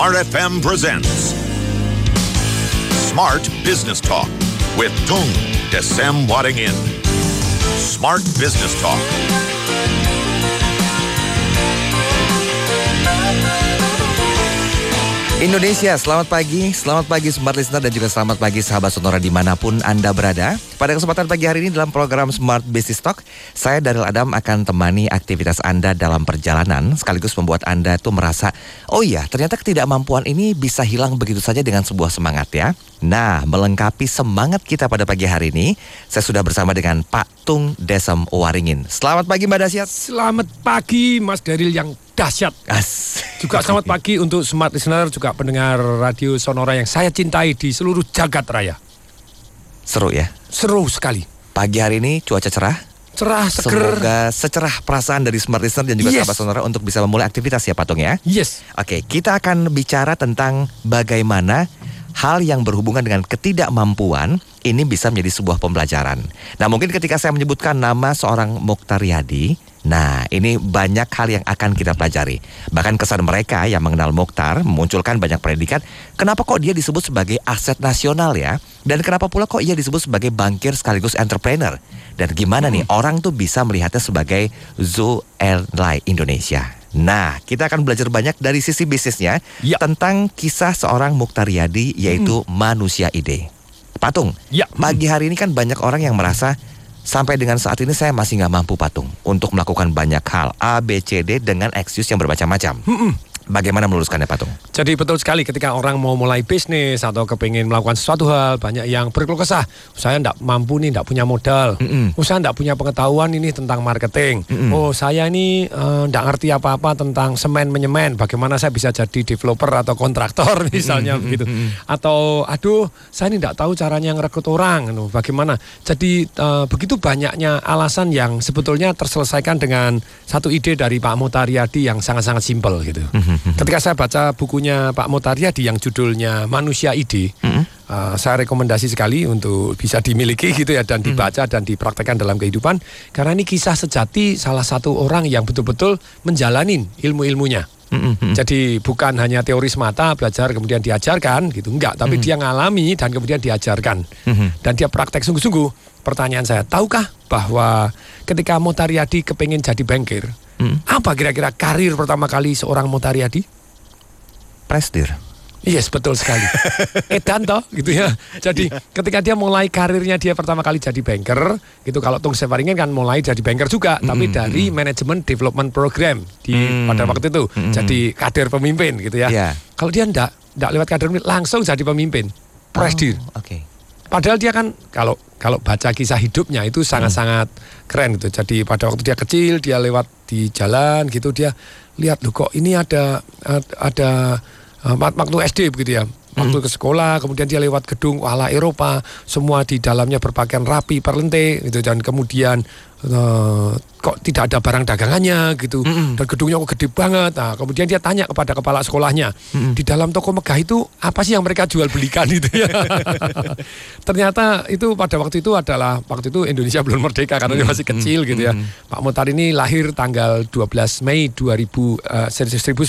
Smart FM presents Smart Business Talk with Tung Desem Waddingin. Smart Business Talk. Indonesia, selamat pagi Smart Listener dan juga selamat pagi sahabat Sonora dimanapun Anda berada. Pada kesempatan pagi hari ini dalam program Smart Business Talk, saya Daryl Adam akan temani aktivitas Anda dalam perjalanan sekaligus membuat Anda tuh merasa, oh iya ternyata ketidakmampuan ini bisa hilang begitu saja dengan sebuah semangat ya. Nah, melengkapi semangat kita pada pagi hari ini, saya sudah bersama dengan Pak Tung Desem Waddingin. Selamat pagi Mbak Dasyat. Selamat pagi Mas Daryl yang dahsyat. Juga selamat pagi untuk Smart Listener, juga pendengar radio Sonora yang saya cintai di seluruh jagat raya. Seru ya? Seru sekali. Pagi hari ini cuaca cerah. Cerah, seger. Semoga secerah perasaan dari Smart Listener dan juga sahabat Sonora untuk bisa memulai aktivitas ya Pak Tung ya. Yes. Oke, kita akan bicara tentang bagaimana hal yang berhubungan dengan ketidakmampuan ini bisa menjadi sebuah pembelajaran. Nah, mungkin ketika saya menyebutkan nama seorang Mokhtar Riyadi, nah ini banyak hal yang akan kita pelajari. Bahkan kesan mereka yang mengenal Mokhtar memunculkan banyak predikat. Kenapa kok dia disebut sebagai aset nasional ya? Dan kenapa pula kok ia disebut sebagai bankir sekaligus entrepreneur? Dan gimana nih orang tuh bisa melihatnya sebagai Zul Airline Indonesia? Nah, kita akan belajar banyak dari sisi bisnisnya tentang kisah seorang Mokhtar Riyadi yaitu manusia ide. Patung, pagi hari ini kan banyak orang yang merasa sampai dengan saat ini saya masih nggak mampu Patung untuk melakukan banyak hal A, B, C, D dengan excuse yang bermacam-macam. Bagaimana meluruskannya Patung? Jadi betul sekali ketika orang mau mulai bisnis atau kepingin melakukan sesuatu hal, banyak yang berkeluh kesah. Saya enggak mampu nih, enggak punya modal. Saya enggak punya pengetahuan ini tentang marketing. Oh, saya ini enggak ngerti apa-apa tentang semen menyemen. Bagaimana saya bisa jadi developer atau kontraktor misalnya begitu. Atau aduh, saya ini enggak tahu caranya ngerekrut orang. Bagaimana? Jadi begitu banyaknya alasan yang sebetulnya terselesaikan dengan satu ide dari Pak Mokhtar Riyadi yang sangat-sangat simpel gitu. Ketika saya baca bukunya Pak Mokhtar Riyadi yang judulnya Manusia Ide, saya rekomendasi sekali untuk bisa dimiliki gitu ya dan dibaca dan dipraktekkan dalam kehidupan karena ini kisah sejati salah satu orang yang betul-betul menjalanin ilmu-ilmunya. Jadi bukan hanya teori semata belajar kemudian diajarkan gitu, enggak, tapi dia ngalami dan kemudian diajarkan dan dia praktek sungguh-sungguh. Pertanyaan saya, tahukah bahwa ketika Mokhtar Riyadi kepingin jadi bankir, apa kira-kira karir pertama kali seorang Mokhtar Riyadi? Presidir. Yes, betul sekali. Edan toh gitu ya. Jadi ketika dia mulai karirnya dia pertama kali jadi banker, gitu kalau Tung Desem Waddingin kan mulai jadi banker juga, tapi dari manajemen development program pada waktu itu. Jadi kader pemimpin gitu ya. Kalau dia enggak lewat kader langsung jadi pemimpin. Presidir. Padahal dia kan kalau baca kisah hidupnya itu sangat-sangat keren gitu. Jadi pada waktu dia kecil dia lewat di jalan gitu dia lihat loh kok ini ada waktu SD begitu ya. Waktu ke sekolah kemudian dia lewat gedung ala Eropa, semua di dalamnya berpakaian rapi perlente gitu dan kemudian kok tidak ada barang dagangannya gitu dan gedungnya kok gede banget. Nah, kemudian dia tanya kepada kepala sekolahnya, di dalam toko megah itu apa sih yang mereka jual belikan gitu ya. Ternyata itu pada waktu itu Indonesia belum merdeka karena dia masih kecil gitu ya. Pak Mokhtar ini lahir tanggal 12 Mei 1929.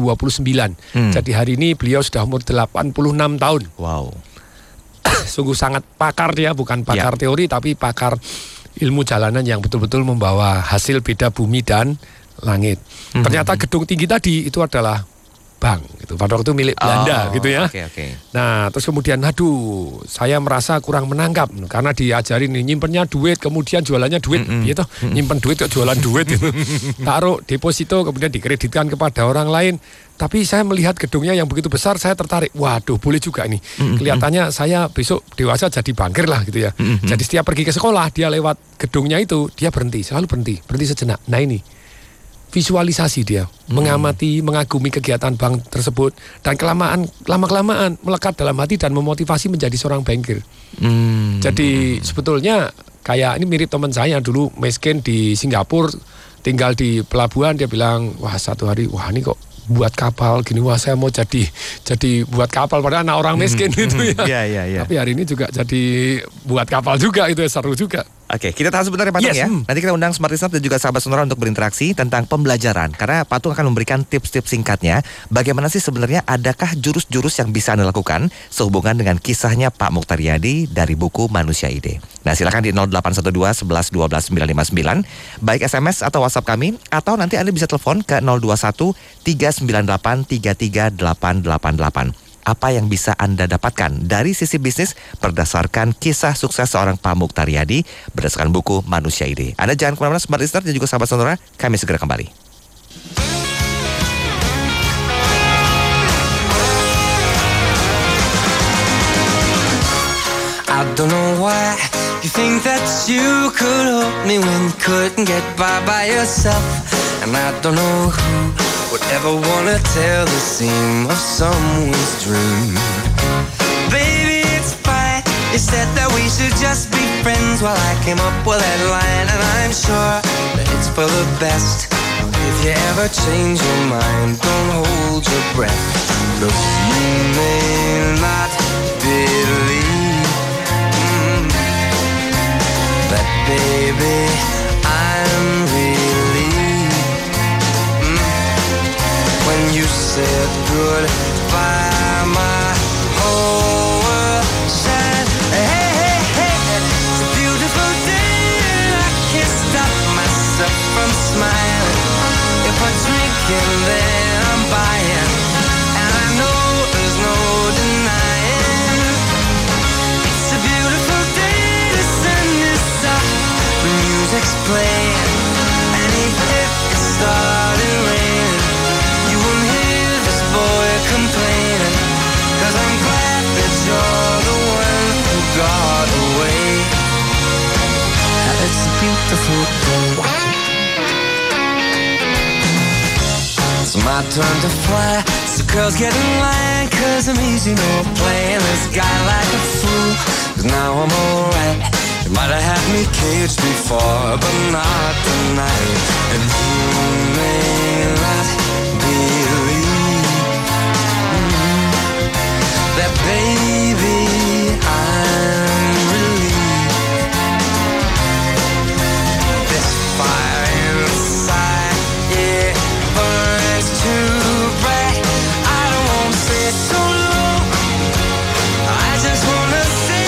Jadi hari ini beliau sudah umur 86 tahun. Wow. Sungguh sangat pakar dia, bukan pakar teori tapi pakar ilmu jalanan yang betul-betul membawa hasil beda bumi dan langit. Ternyata gedung tinggi tadi itu adalah bank gitu. Pada waktu milik Belanda gitu ya. Nah, terus kemudian saya merasa kurang menangkap karena diajarin nyimpennya duit, kemudian jualannya duit gitu. Nyimpen duit kok jualan duit gitu. Taruh deposito kemudian dikreditkan kepada orang lain. Tapi saya melihat gedungnya yang begitu besar, saya tertarik. Waduh, boleh juga ini. Kelihatannya saya besok dewasa jadi bankir lah gitu ya. Jadi setiap pergi ke sekolah, dia lewat gedungnya itu, dia selalu berhenti sejenak. Nah ini, visualisasi dia, mengamati, mengagumi kegiatan bank tersebut. Dan lama-kelamaan melekat dalam hati dan memotivasi menjadi seorang bankir. Jadi sebetulnya kayak ini mirip teman saya dulu miskin di Singapura, tinggal di pelabuhan, dia bilang, wah satu hari, wah ini kok buat kapal gini, wah saya mau jadi buat kapal padahal anak orang miskin gitu ya. Iya. Tapi hari ini juga jadi buat kapal juga, itu seru juga. Oke, kita tahan sebentar ya Patung ya. Nanti kita undang Smart Listener dan juga sahabat Sonora untuk berinteraksi tentang pembelajaran. Karena Patung akan memberikan tips-tips singkatnya. Bagaimana sih sebenarnya, adakah jurus-jurus yang bisa Anda lakukan sehubungan dengan kisahnya Pak Mokhtar Riyadi dari buku Manusia Ide. Nah, silakan di 0812 11 12 959, baik SMS atau WhatsApp kami, atau nanti Anda bisa telepon ke 021 398 33888. Apa yang bisa Anda dapatkan dari sisi bisnis berdasarkan kisah sukses seorang Pak Mokhtar Riyadi berdasarkan buku Manusia Ide. Anda jangan kemana-mana, Smart Listener dan juga sahabat Sonora, kami segera kembali. I don't know why you think that you could help me when you couldn't get by yourself. And I don't know who would ever wanna tell the seam of someone's dream. Baby, it's fine. You said that we should just be friends while I came up with that line. And I'm sure that it's for the best. If you ever change your mind, don't hold your breath. Look, you may not believe that, baby, I'm relieved when you said goodbye. My whole world shined. Hey, hey, hey, it's a beautiful day and I can't stop myself from smiling. If I'm drinking, then I'm buying, and I know there's no denying. It's a beautiful day, the sun is up, the music's playing, and even if it started raining, you won't hear this boy complaining, 'cause I'm glad that you're the one who got away. It's a beautiful day. It's my turn to fly, so girls get in line, 'cause I'm easy, no playing this guy like a fool. 'Cause now I'm alright. You might have had me caged before, but not tonight. And you may not believe that, baby, I'm relieved. This fire inside, yeah, burns too bright. I don't want to say so long, I just want to say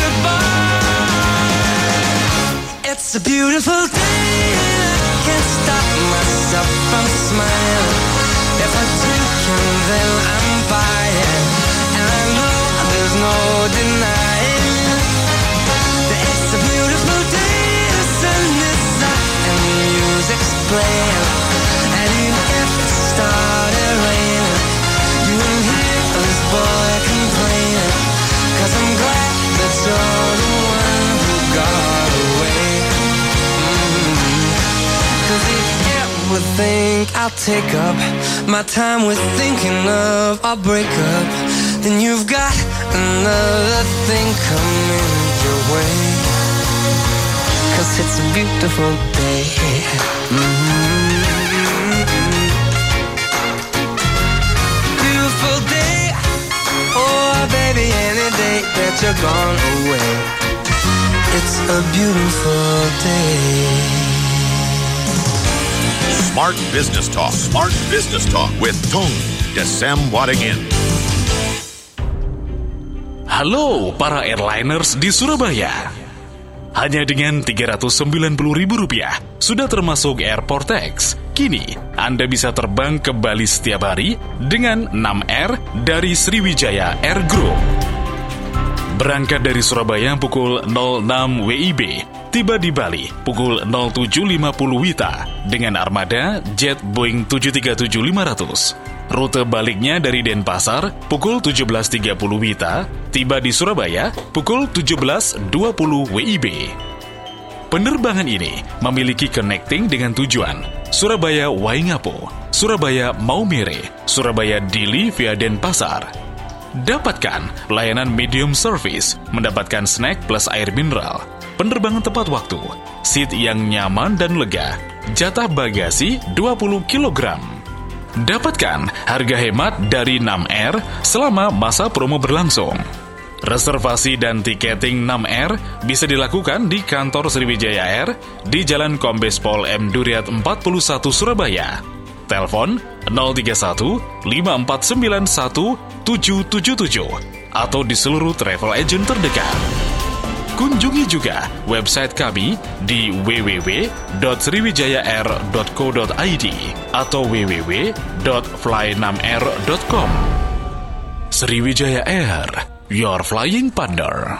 goodbye. It's a beautiful day and I can't stop myself from smiling. If I'm drinking, then I'm buying, and I know there's no denying that it's a beautiful day. The sun is up and the music's playing, and even if it started raining, you wouldn't hear this boy complaining, 'cause I'm glad that you're the one who got away. 'Cause if you ever think I'll take up my time with thinking of our breakup, then you've got another thing coming your way. 'Cause it's a beautiful day. Beautiful day. Oh, baby, any day that you're gone away, it's a beautiful day. Smart Business Talk. Smart Business Talk with Tung Desem Wadingin. Halo para airliners di Surabaya. Hanya dengan Rp390.000 sudah termasuk airport tax. Kini Anda bisa terbang ke Bali setiap hari dengan 6R dari Sriwijaya Air Group. Berangkat dari Surabaya pukul 06 WIB, tiba di Bali pukul 07.50 WITA dengan armada jet Boeing 737-500. Rute baliknya dari Denpasar pukul 17.30 WITA, tiba di Surabaya pukul 17.20 WIB. Penerbangan ini memiliki connecting dengan tujuan Surabaya Waingapu, Surabaya Maumere, Surabaya Dili via Denpasar. Dapatkan layanan medium service, mendapatkan snack plus air mineral, penerbangan tepat waktu, seat yang nyaman dan lega, jatah bagasi 20 kg. Dapatkan harga hemat dari 6R selama masa promo berlangsung. Reservasi dan tiketing 6R bisa dilakukan di kantor Sriwijaya Air di Jalan Kombes Pol M. Duryat 41 Surabaya. Telepon 031 5491 777 atau di seluruh travel agent terdekat. Kunjungi juga website kami di www.sriwijayair.co.id atau www.fly6r.com. Sriwijaya Air, your flying partner.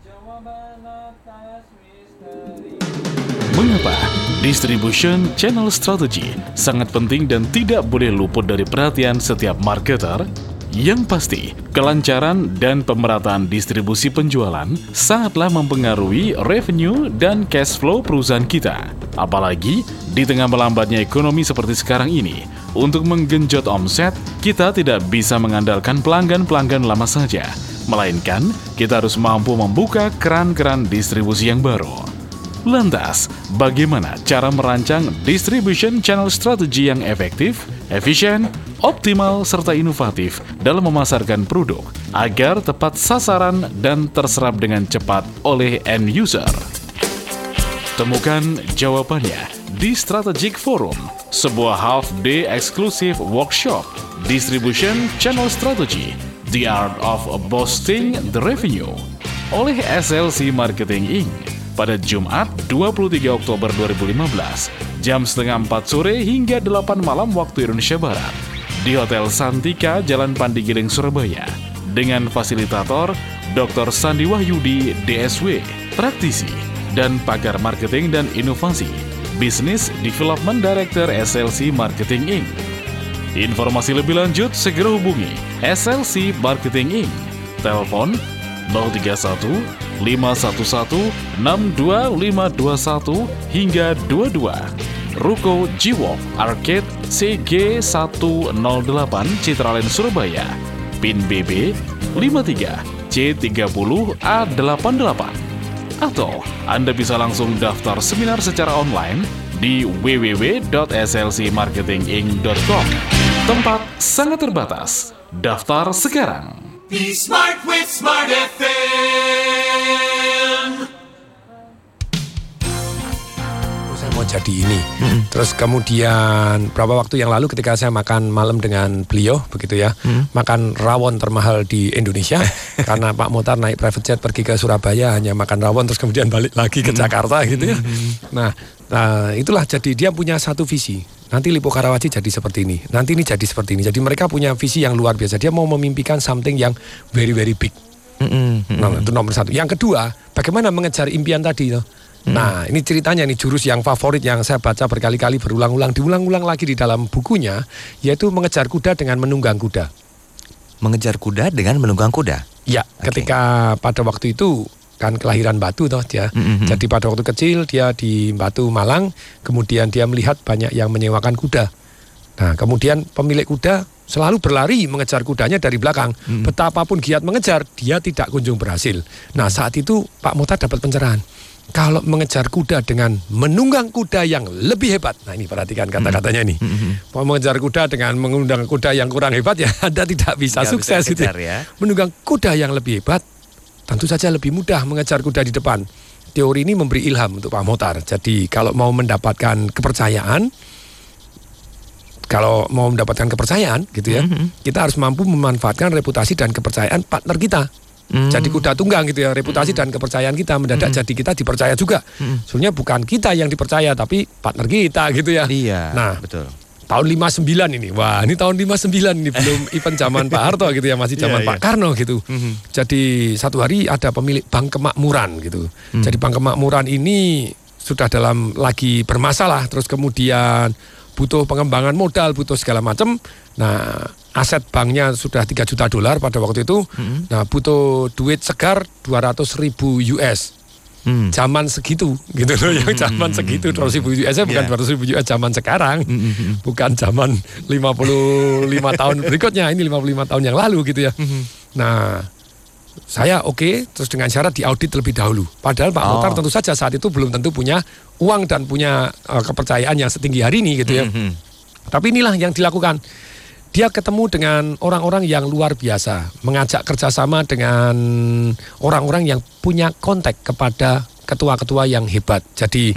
Mengapa distribution channel strategy sangat penting dan tidak boleh luput dari perhatian setiap marketer? Yang pasti, kelancaran dan pemerataan distribusi penjualan sangatlah mempengaruhi revenue dan cash flow perusahaan kita. Apalagi di tengah melambatnya ekonomi seperti sekarang ini, untuk menggenjot omset, kita tidak bisa mengandalkan pelanggan-pelanggan lama saja, melainkan kita harus mampu membuka keran-keran distribusi yang baru. Lantas, bagaimana cara merancang distribution channel strategy yang efektif, efisien, optimal, serta inovatif dalam memasarkan produk agar tepat sasaran dan terserap dengan cepat oleh end user? Temukan jawabannya di Strategic Forum, sebuah half-day eksklusif workshop Distribution Channel Strategy, The Art of Boosting the Revenue oleh SLC Marketing Inc. pada Jumat 23 Oktober 2015, jam setengah 4 sore hingga 8 malam waktu Indonesia Barat, di Hotel Santika, Jalan Pandigiling, Surabaya, dengan fasilitator Dr. Sandi Wahyudi, DSW, praktisi, dan pakar marketing dan inovasi, Business Development Director SLC Marketing Inc. Informasi lebih lanjut segera hubungi SLC Marketing Inc. Telepon 031 511 62521 hingga 22. Ruko Jiwok Arcade CG 108 Citraland Surabaya. PIN BB 53 C30A88. Atau Anda bisa langsung daftar seminar secara online di www.slcmarketinginc.com. Tempat sangat terbatas. Daftar sekarang. Be smart with Smart FM. Saya mau jadi ini. Terus kemudian berapa waktu yang lalu ketika saya makan malam dengan beliau begitu ya, makan rawon termahal di Indonesia karena Pak Motar naik private jet pergi ke Surabaya hanya makan rawon terus kemudian balik lagi ke Jakarta gitu ya. Nah, itulah jadi dia punya satu visi. Nanti Lipo Karawaci jadi seperti ini, nanti ini jadi seperti ini. Jadi mereka punya visi yang luar biasa. Dia mau memimpikan something yang very very big. Nah, itu nomor satu. Yang kedua, bagaimana mengejar impian tadi? Nah, ini ceritanya nih jurus yang favorit yang saya baca berkali-kali berulang-ulang, diulang-ulang lagi di dalam bukunya, yaitu mengejar kuda dengan menunggang kuda. Mengejar kuda dengan menunggang kuda? Ya, ketika pada waktu itu kan kelahiran Batu toh dia. Jadi pada waktu kecil dia di Batu Malang, kemudian dia melihat banyak yang menyewakan kuda. Nah, kemudian pemilik kuda selalu berlari mengejar kudanya dari belakang. Betapapun giat mengejar, dia tidak kunjung berhasil. Nah, saat itu Pak Motar dapat pencerahan. Kalau mengejar kuda dengan menunggang kuda yang lebih hebat. Nah, ini perhatikan kata-katanya nih. Mau mengejar kuda dengan mengundang kuda yang kurang hebat ya Anda tidak bisa sukses gitu. Ya. Menunggang kuda yang lebih hebat tentu saja lebih mudah mengejar kuda di depan. Teori ini memberi ilham untuk Pak Motar. Jadi kalau mau mendapatkan kepercayaan gitu ya, kita harus mampu memanfaatkan reputasi dan kepercayaan partner kita. Jadi kuda tunggang gitu ya, reputasi dan kepercayaan kita mendadak jadi kita dipercaya juga. Sebenarnya bukan kita yang dipercaya tapi partner kita gitu ya. Iya, nah, betul. Tahun 59 ini, wah ini tahun 59 ini belum event zaman Pak Harto gitu ya, masih zaman Pak Karno gitu. Jadi satu hari ada pemilik Bank Kemakmuran gitu. Jadi Bank Kemakmuran ini sudah lagi bermasalah, terus kemudian butuh pengembangan modal, butuh segala macam. Nah, aset banknya sudah $3 juta pada waktu itu. Nah, butuh duit segar 200.000 US. Zaman segitu gitu loh, yang zaman segitu 200.000 US bukan 200.000 US zaman sekarang, bukan zaman 55 tahun berikutnya, ini 55 tahun yang lalu gitu ya. Nah, saya oke, terus dengan syarat diaudit lebih dahulu. Padahal Pak Motar tentu saja saat itu belum tentu punya uang dan punya kepercayaan yang setinggi hari ini gitu ya. Tapi inilah yang dilakukan. dia ketemu dengan orang-orang yang luar biasa, mengajak kerjasama dengan orang-orang yang punya kontak kepada ketua-ketua yang hebat. Jadi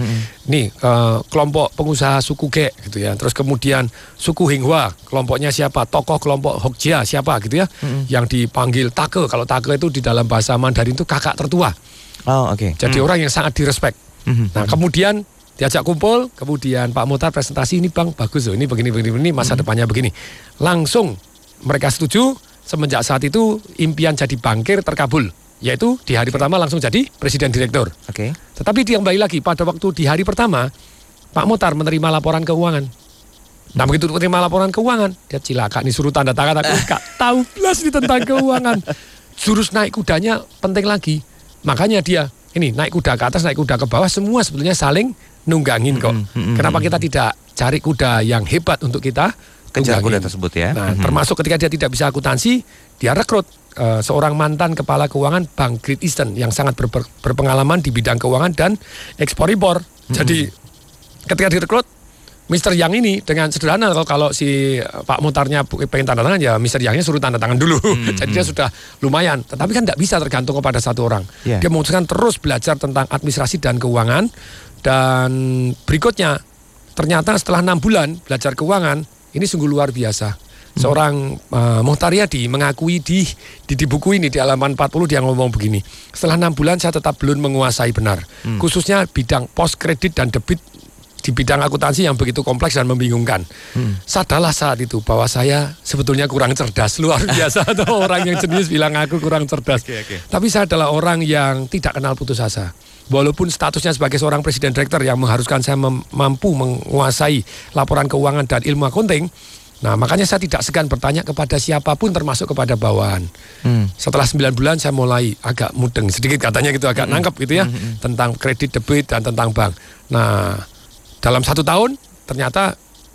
kelompok pengusaha suku Ge gitu ya. Terus kemudian suku Hinghwa, kelompoknya siapa? Tokoh kelompok Hokjia siapa gitu ya. Yang dipanggil Take. Kalau Take itu di dalam bahasa Mandarin itu kakak tertua. Oh, oke. Jadi orang yang sangat direspek. Nah, kemudian diajak kumpul, kemudian Pak Mokhtar presentasi, ini Bang bagus loh, ini begini masa depannya begini. Langsung mereka setuju, semenjak saat itu impian jadi bankir terkabul. Yaitu di hari pertama langsung jadi presiden direktur. Oke. Tetapi dia kembali lagi pada waktu di hari pertama Pak Mokhtar menerima laporan keuangan. Nah begitu menerima laporan keuangan, dia cilaka nih suruh tanda tangan, aku gak tahu belas nih tentang keuangan. Jurus naik kudanya penting lagi. Makanya dia ini naik kuda ke atas, naik kuda ke bawah, semua sebetulnya saling nunggangin kok. Kenapa kita tidak cari kuda yang hebat untuk kita kejar kuda tersebut ya? Nah, termasuk ketika dia tidak bisa akuntansi, dia rekrut seorang mantan kepala keuangan Bank Great Eastern yang sangat berpengalaman di bidang keuangan dan ekspor-impor. Jadi ketika direkrut, Mr. Yang ini dengan sederhana kalau si Pak Mokhtarnya pengen tanda tangan ya Mr. Yang-nya suruh tanda tangan dulu. Jadi dia sudah lumayan. Tetapi kan tidak bisa tergantung kepada satu orang. Yeah. Dia memutuskan terus belajar tentang administrasi dan keuangan. Dan berikutnya ternyata setelah 6 bulan belajar keuangan, ini sungguh luar biasa. Seorang Mokhtaryadi mengakui di buku ini di halaman 40 dia ngomong begini. Setelah 6 bulan saya tetap belum menguasai benar. Khususnya bidang post kredit dan debit di bidang akuntansi yang begitu kompleks dan membingungkan. Sadarlah saat itu bahwa saya sebetulnya kurang cerdas. Luar biasa atau orang yang jenius bilang aku kurang cerdas. Okay. Tapi saya adalah orang yang tidak kenal putus asa. Walaupun statusnya sebagai seorang presiden direktur yang mengharuskan saya mampu menguasai laporan keuangan dan ilmu accounting, nah makanya saya tidak segan bertanya kepada siapapun termasuk kepada bawahan. Setelah 9 bulan saya mulai agak mudeng sedikit katanya gitu, agak nangkep gitu ya, tentang kredit, debit dan tentang bank. Nah dalam 1 tahun ternyata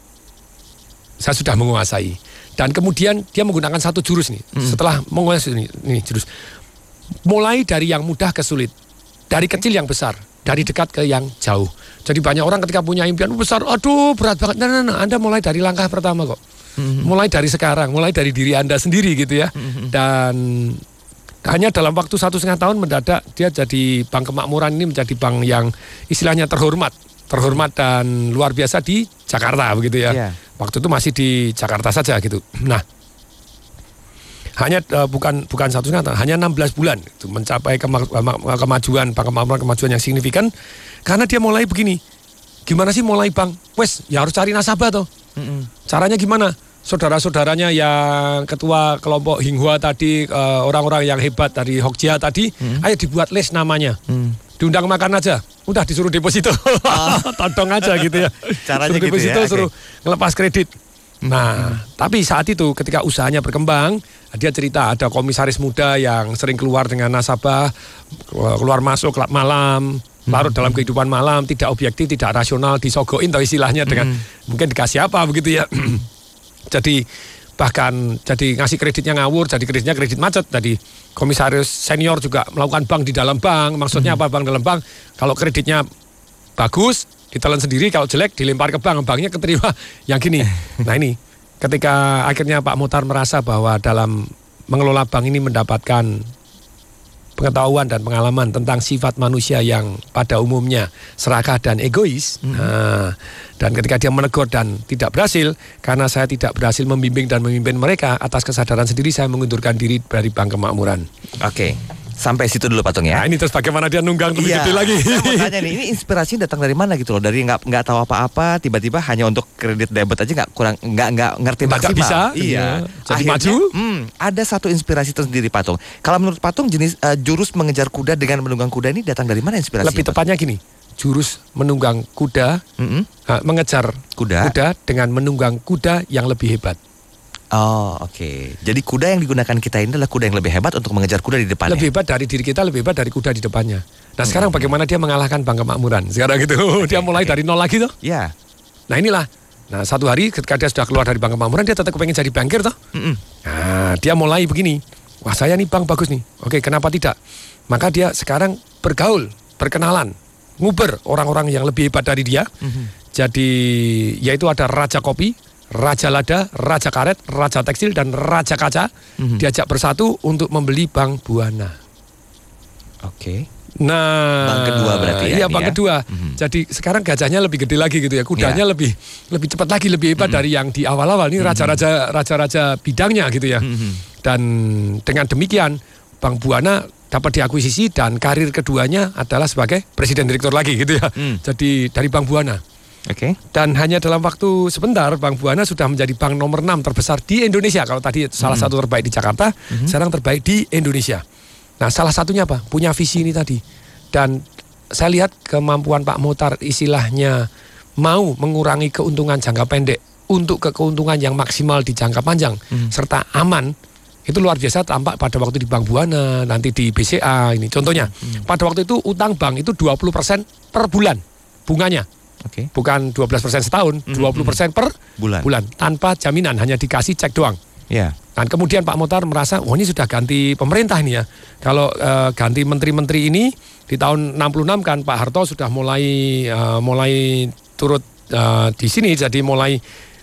saya sudah menguasai. Dan kemudian dia menggunakan satu jurus nih. Setelah menguasai ini jurus, mulai dari yang mudah ke sulit. Dari kecil yang besar, dari dekat ke yang jauh. Jadi banyak orang ketika punya impian besar, aduh berat banget. Nah, Anda mulai dari langkah pertama kok. Mulai dari sekarang, mulai dari diri Anda sendiri gitu ya. Dan hanya dalam waktu 1,5 tahun mendadak dia jadi Bank Kemakmuran ini menjadi bank yang istilahnya terhormat dan luar biasa di Jakarta begitu ya. Yeah. Waktu itu masih di Jakarta saja gitu. Nah, hanya bukan 1,5 tahun, hanya 16 bulan itu mencapai kemajuan Bank Kemakmuran, kemajuan yang signifikan karena dia mulai begini. Gimana sih mulai bank? Wes, ya harus cari nasabah toh. Caranya gimana? Saudara-saudaranya yang ketua kelompok Hinghwa tadi, orang-orang yang hebat dari Hokjia tadi, ayo dibuat list namanya. Diundang makan aja. Udah disuruh deposito. Todong aja gitu ya. Caranya suruh gitu deposito, ya. Suruh ngelepas kredit. Nah, tapi saat itu ketika usahanya berkembang, dia cerita ada komisaris muda yang sering keluar dengan nasabah, keluar masuk malam, larut dalam kehidupan malam, tidak objektif, tidak rasional, disogoin atau istilahnya dengan mungkin dikasih apa begitu ya. Jadi bahkan jadi ngasih kreditnya ngawur, jadi kreditnya kredit macet. Jadi komisaris senior juga melakukan bank di dalam bank. Maksudnya apa bank dalam bank? Kalau kreditnya bagus, ditelan sendiri, kalau jelek dilempar ke bank, banknya keterima yang gini. Nah ini ketika akhirnya Pak Mokhtar merasa bahwa dalam mengelola bank ini mendapatkan pengetahuan dan pengalaman tentang sifat manusia yang pada umumnya serakah dan egois. Nah, dan ketika dia menegur dan tidak berhasil, karena saya tidak berhasil membimbing dan memimpin mereka, atas kesadaran sendiri saya mengundurkan diri dari Bank Kemakmuran. Oke. Sampai situ dulu Patung ya. Nah ini terus bagaimana dia nunggang lebih gede lagi. Saya mau tanya nih, ini inspirasinya datang dari mana gitu loh? Dari nggak tahu apa-apa, tiba-tiba hanya untuk kredit debit aja nggak ngerti maksimal. Bisa. Iya. Jadi akhirnya, maju. Ada satu inspirasi tersendiri Patung. Kalau menurut Patung jenis jurus mengejar kuda dengan menunggang kuda ini datang dari mana inspirasinya? Lebih tepatnya gini, jurus menunggang kuda, mengejar kuda dengan menunggang kuda yang lebih hebat. Oh oke. Jadi kuda yang digunakan kita ini adalah kuda yang lebih hebat untuk mengejar kuda di depannya. Lebih hebat dari diri kita, lebih hebat dari kuda di depannya. Nah sekarang bagaimana dia mengalahkan Bank Kemakmuran? Sekarang gitu, dia mulai dari nol lagi tuh. Iya. Nah inilah. Nah satu hari ketika dia sudah keluar dari Bank Kemakmuran, dia tetap pengen jadi bankir toh. Nah dia mulai begini. Wah saya nih bank bagus nih. Oke kenapa tidak? Maka dia sekarang bergaul, berkenalan, nguber orang-orang yang lebih hebat dari dia. Jadi yaitu ada Raja Kopi, Raja Lada, Raja Karet, Raja Tekstil, dan Raja Kaca diajak bersatu untuk membeli Bank Buana. Oke. Nah, Bank kedua berarti ya. Iya, bank kedua. Jadi sekarang gajahnya lebih gede lagi gitu ya. Kudanya lebih cepat lagi, lebih hebat dari yang di awal-awal. Ini raja-raja bidangnya gitu ya. Dan dengan demikian Bank Buana dapat diakuisisi dan karir keduanya adalah sebagai presiden direktur lagi gitu ya. Jadi dari Bank Buana. Oke. Dan hanya dalam waktu sebentar Bank Buana sudah menjadi bank nomor 6 terbesar di Indonesia. Kalau tadi salah satu terbaik di Jakarta, sekarang terbaik di Indonesia. Nah, salah satunya apa? Punya visi ini tadi. Dan saya lihat kemampuan Pak Mokhtar istilahnya mau mengurangi keuntungan jangka pendek untuk ke keuntungan yang maksimal di jangka panjang serta aman. Itu luar biasa tampak pada waktu di Bank Buana, nanti di BCA ini. Contohnya, pada waktu itu utang bank itu 20% per bulan bunganya. Oke. Bukan 12% setahun, 20% per bulan. Tanpa jaminan, hanya dikasih cek doang. Ya. Dan kemudian Pak Mokhtar merasa, wah ini sudah ganti pemerintah ini ya. Kalau ganti menteri-menteri ini, di tahun 66 kan Pak Harto sudah mulai turut di sini. Jadi mulai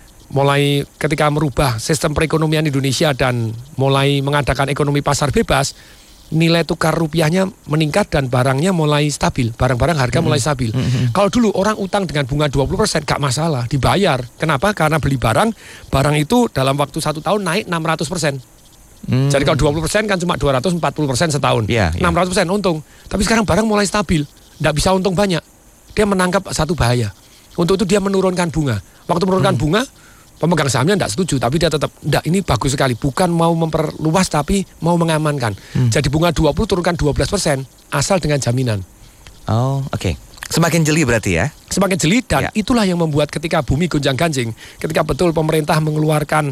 ketika merubah sistem perekonomian Indonesia dan mulai mengadakan ekonomi pasar bebas, nilai tukar rupiahnya meningkat dan barangnya mulai stabil. Barang-barang harga mulai stabil. Kalau dulu orang utang dengan bunga 20% gak masalah, dibayar. Kenapa? Karena beli barang itu dalam waktu 1 tahun naik 600%. Jadi kalau 20% kan cuma 240% setahun. 600% untung. Tapi sekarang barang mulai stabil, gak bisa untung banyak. Dia menangkap satu bahaya. Untuk itu dia menurunkan bunga. Waktu menurunkan bunga, pemegang sahamnya tidak setuju, tapi dia tetap, enggak, ini bagus sekali, bukan mau memperluas tapi mau mengamankan. Jadi bunga 20 turunkan 12%, asal dengan jaminan. Oh, oke. Semakin jeli berarti ya? Semakin jeli dan itulah yang membuat ketika bumi gonjang-ganjing, ketika betul pemerintah mengeluarkan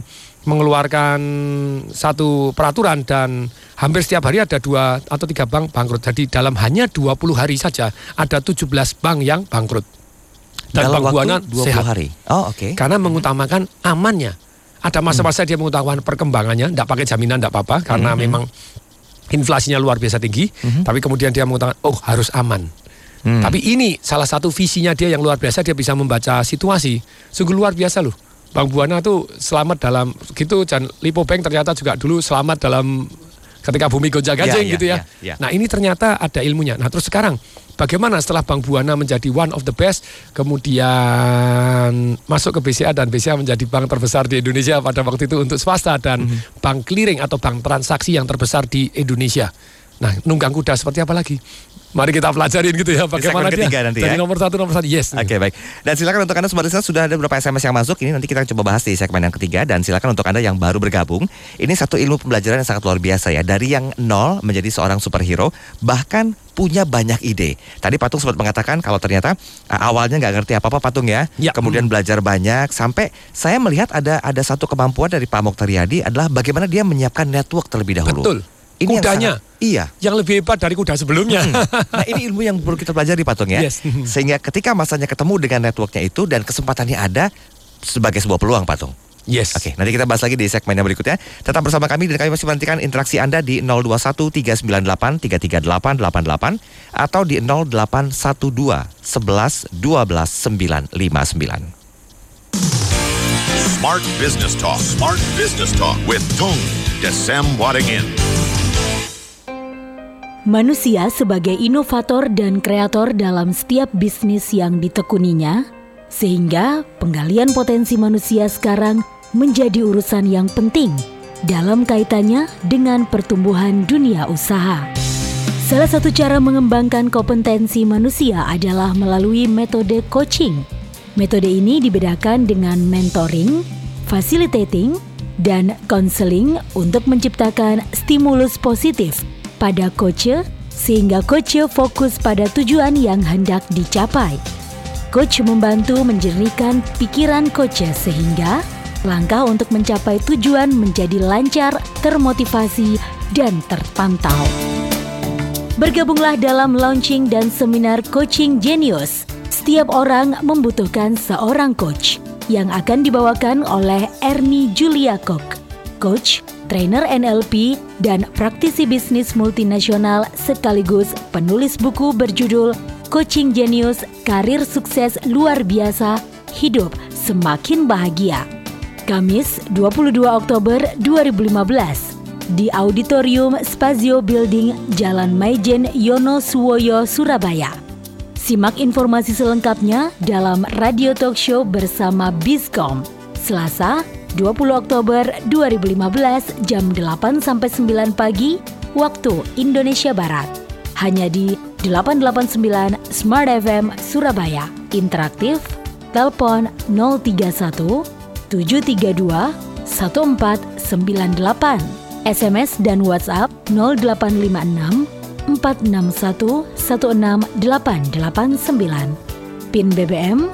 satu peraturan dan hampir setiap hari ada 2 atau 3 bank bangkrut. Jadi dalam hanya 20 hari saja ada 17 bank yang bangkrut. Dan dalam Bank Buana 20 sehat. hari. Oh, oke. Karena mengutamakan amannya. Ada masa-masa dia mengutamakan perkembangannya, tidak pakai jaminan, tidak apa-apa, karena memang inflasinya luar biasa tinggi. Tapi kemudian dia mengutamakan, harus aman. Tapi ini salah satu visinya dia yang luar biasa, dia bisa membaca situasi. Sungguh luar biasa loh. Bank Buana tuh selamat dalam gitu, dan Lipo Bank ternyata juga dulu selamat dalam ketika bumi gonjang-ganjing gitu ya. Nah ini ternyata ada ilmunya. Nah terus sekarang bagaimana setelah Bank Buana menjadi one of the best, kemudian masuk ke BCA dan BCA menjadi bank terbesar di Indonesia pada waktu itu untuk swasta dan bank clearing atau bank transaksi yang terbesar di Indonesia. Nah nunggang kuda seperti apa lagi? Mari kita pelajarin gitu ya bagaimana dia nanti dari nomor satu. Yes. Oke, baik. Dan silakan untuk Anda Smart Listener, sudah ada beberapa SMS yang masuk. Ini nanti kita coba bahas di segmen yang ketiga. Dan silakan untuk Anda yang baru bergabung, ini satu ilmu pembelajaran yang sangat luar biasa ya. Dari yang nol menjadi seorang superhero, bahkan punya banyak ide. Tadi Patung sempat mengatakan kalau ternyata awalnya nggak ngerti apa-apa Patung ya. Kemudian belajar banyak sampai saya melihat ada satu kemampuan dari Pak Mokhtar Riyadi adalah bagaimana dia menyiapkan network terlebih dahulu. Betul. Ini kudanya yang lebih hebat dari kuda sebelumnya. Nah ini ilmu yang perlu kita pelajari Patung ya. Sehingga ketika masanya ketemu dengan networknya itu dan kesempatannya ada sebagai sebuah peluang Patung. Yes. Oke, nanti kita bahas lagi di segmen yang berikutnya. Tetap bersama kami dan kami masih menantikan interaksi Anda di 0213983388 atau di 0812 11 12 959. Smart Business Talk. Smart Business Talk with Tung Desem Wadingin. Manusia sebagai inovator dan kreator dalam setiap bisnis yang ditekuninya, sehingga penggalian potensi manusia sekarang menjadi urusan yang penting dalam kaitannya dengan pertumbuhan dunia usaha. Salah satu cara mengembangkan kompetensi manusia adalah melalui metode coaching. Metode ini dibedakan dengan mentoring, facilitating, dan counseling untuk menciptakan stimulus positif pada coach, sehingga coach fokus pada tujuan yang hendak dicapai. Coach membantu menjernihkan pikiran coach sehingga langkah untuk mencapai tujuan menjadi lancar, termotivasi, dan terpantau. Bergabunglah dalam launching dan seminar Coaching Genius. Setiap orang membutuhkan seorang coach yang akan dibawakan oleh Ernie Julia Kok, coach, trainer NLP, dan praktisi bisnis multinasional sekaligus penulis buku berjudul Coaching Genius, Karir Sukses Luar Biasa, Hidup Semakin Bahagia. Kamis 22 Oktober 2015 di Auditorium Spazio Building Jalan Maijen Yono Suwoyo, Surabaya. Simak informasi selengkapnya dalam Radio Talk Show bersama Bizcom, Selasa 20 Oktober 2015 jam 8 sampai 9 pagi waktu Indonesia Barat. Hanya di 889 Smart FM Surabaya. Interaktif, telepon 031 732 1498. SMS dan WhatsApp 0856 461 16889. PIN BBM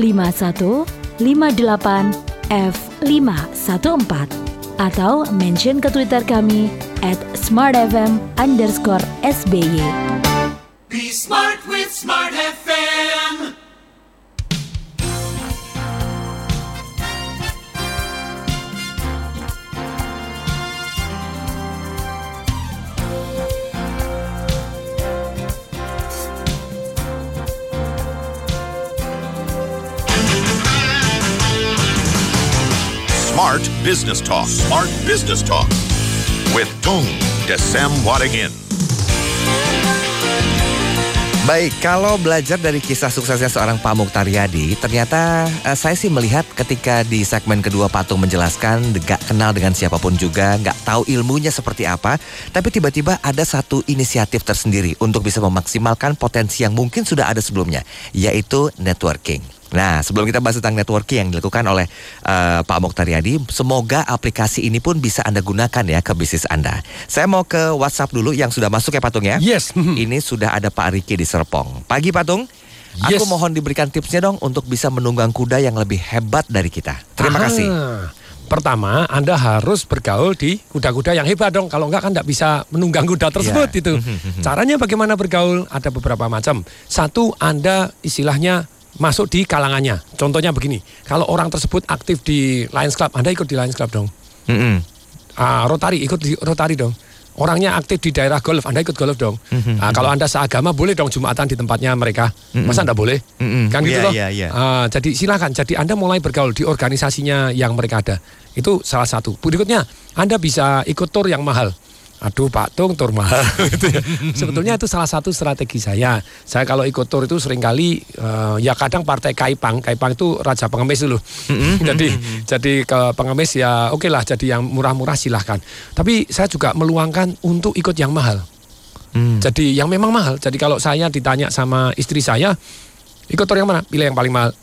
5158F514 atau mention ke Twitter kami @smartfm_SBY. Be smart with Smart FM. Smart Business Talk. Smart Business Talk. With Tung Desem Wadingin. Baik, kalau belajar dari kisah suksesnya seorang Pak Mukhtaryadi, ternyata saya sih melihat ketika di segmen kedua Pak Tung menjelaskan gak kenal dengan siapapun juga, gak tahu ilmunya seperti apa, tapi tiba-tiba ada satu inisiatif tersendiri untuk bisa memaksimalkan potensi yang mungkin sudah ada sebelumnya, yaitu networking. Nah, sebelum kita bahas tentang networking yang dilakukan oleh Pak Mukhtaryadi, semoga aplikasi ini pun bisa Anda gunakan ya ke bisnis Anda. Saya mau ke WhatsApp dulu yang sudah masuk ya Pak Tung ya. Yes. Ini sudah ada Pak Riki di Serpong. Pagi Pak Tung. Yes. Aku mohon diberikan tipsnya dong untuk bisa menunggang kuda yang lebih hebat dari kita. Terima kasih. Pertama, Anda harus bergaul di kuda-kuda yang hebat dong. Kalau enggak kan enggak bisa menunggang kuda tersebut itu. Caranya bagaimana bergaul? Ada beberapa macam. Satu, Anda istilahnya masuk di kalangannya. Contohnya begini, kalau orang tersebut aktif di Lions Club, Anda ikut di Lions Club dong. Rotary, ikut di Rotary dong. Orangnya aktif di daerah golf, Anda ikut golf dong. Kalau Anda seagama boleh dong Jumatan di tempatnya mereka. Masa Anda boleh? Kan gitu loh. Jadi silakan. Jadi Anda mulai bergaul di organisasinya yang mereka ada. Itu salah satu. Berikutnya, Anda bisa ikut tour yang mahal. Aduh Pak Tung, tur mahal gitu ya. Sebetulnya itu salah satu strategi saya. Saya kalau ikut tur itu seringkali ya kadang partai Kaipang itu raja pengemis dulu. Jadi ke pengemis ya oke lah, jadi yang murah-murah silahkan. Tapi saya juga meluangkan untuk ikut yang mahal. Jadi yang memang mahal. Jadi kalau saya ditanya sama istri saya, ikut tur yang mana? Pilih yang paling mahal.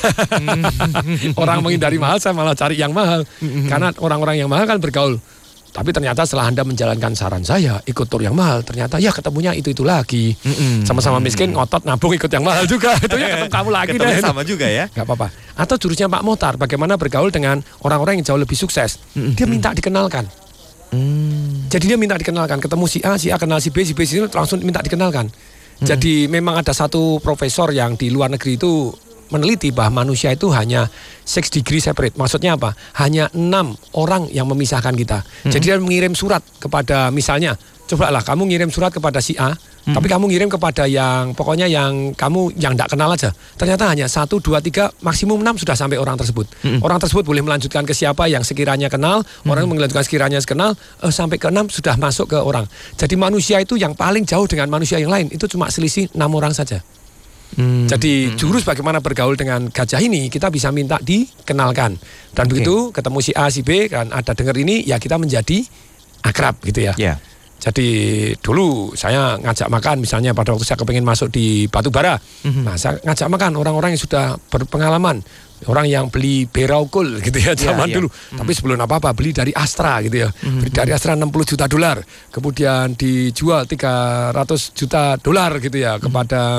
Orang menghindari mahal, saya malah cari yang mahal. Karena orang-orang yang mahal kan bergaul. Tapi ternyata setelah Anda menjalankan saran saya, ikut tur yang mahal, ternyata ya ketemunya itu lagi. Sama-sama miskin, ngotot, nabung, ikut yang mahal juga. Itu ya ketemu kamu lagi deh. Sama juga ya. Gak apa-apa. Atau jurusnya Pak Mohtar, bagaimana bergaul dengan orang-orang yang jauh lebih sukses. Dia minta dikenalkan. Jadi dia minta dikenalkan. Ketemu si A kenal si B langsung minta dikenalkan. Jadi memang ada satu profesor yang di luar negeri itu meneliti bahwa manusia itu hanya 6 degree separate. Maksudnya apa? Hanya 6 orang yang memisahkan kita. Jadi dia mengirim surat kepada, misalnya, cobalah kamu ngirim surat kepada si A, tapi kamu ngirim kepada yang, pokoknya yang kamu yang tidak kenal aja. Ternyata hanya 1, 2, 3, maksimum 6 sudah sampai orang tersebut. Orang tersebut boleh melanjutkan ke siapa yang sekiranya kenal, orang melanjutkan sekiranya kenal, sampai ke 6 sudah masuk ke orang. Jadi manusia itu yang paling jauh dengan manusia yang lain, itu cuma selisih 6 orang saja. Jadi jurus bagaimana bergaul dengan gajah ini kita bisa minta dikenalkan. Dan begitu ketemu si A, si B, kan ada dengar ini, ya kita menjadi akrab gitu ya. Jadi dulu saya ngajak makan, misalnya pada waktu saya kepengen masuk di Batubara. Nah saya ngajak makan orang-orang yang sudah berpengalaman. Orang yang beli Beraukul gitu ya zaman dulu. Tapi sebelum apa-apa beli dari Astra gitu ya. Beli dari Astra $60 juta. Kemudian dijual $300 juta gitu ya kepada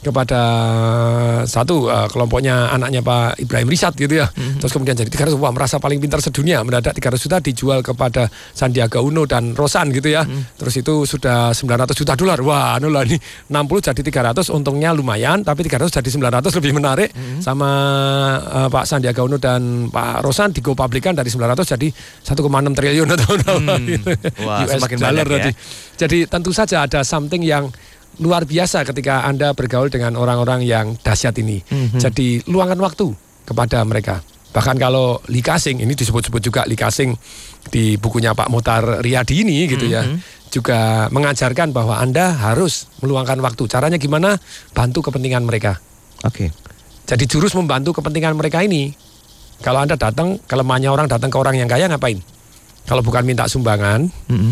satu kelompoknya anaknya Pak Ibrahim Rishad gitu ya. Terus kemudian jadi 300, wah merasa paling pintar sedunia, mendadak 300 juta dijual kepada Sandiaga Uno dan Rosan gitu ya. Terus itu sudah $900 juta. Wah, anu lah ini 60 jadi 300, untungnya lumayan, tapi 300 jadi 900 lebih menarik. Sama Pak Sandiaga Uno dan Pak Rosan digo-publikan dari 900 jadi 1,6 triliun atau gitu. Wah, US semakin dollar banyak ya. Jadi tentu saja ada something yang luar biasa ketika Anda bergaul dengan orang-orang yang dahsyat ini. Jadi luangkan waktu kepada mereka. Bahkan kalau Lee Ka-shing, ini disebut-sebut juga Lee Ka-shing di bukunya Pak Mokhtar Riyadi ini gitu ya, juga mengajarkan bahwa Anda harus meluangkan waktu. Caranya gimana? Bantu kepentingan mereka. Oke. Jadi jurus membantu kepentingan mereka ini. Kalau Anda datang, kelemahannya orang datang ke orang yang kaya ngapain? Kalau bukan minta sumbangan,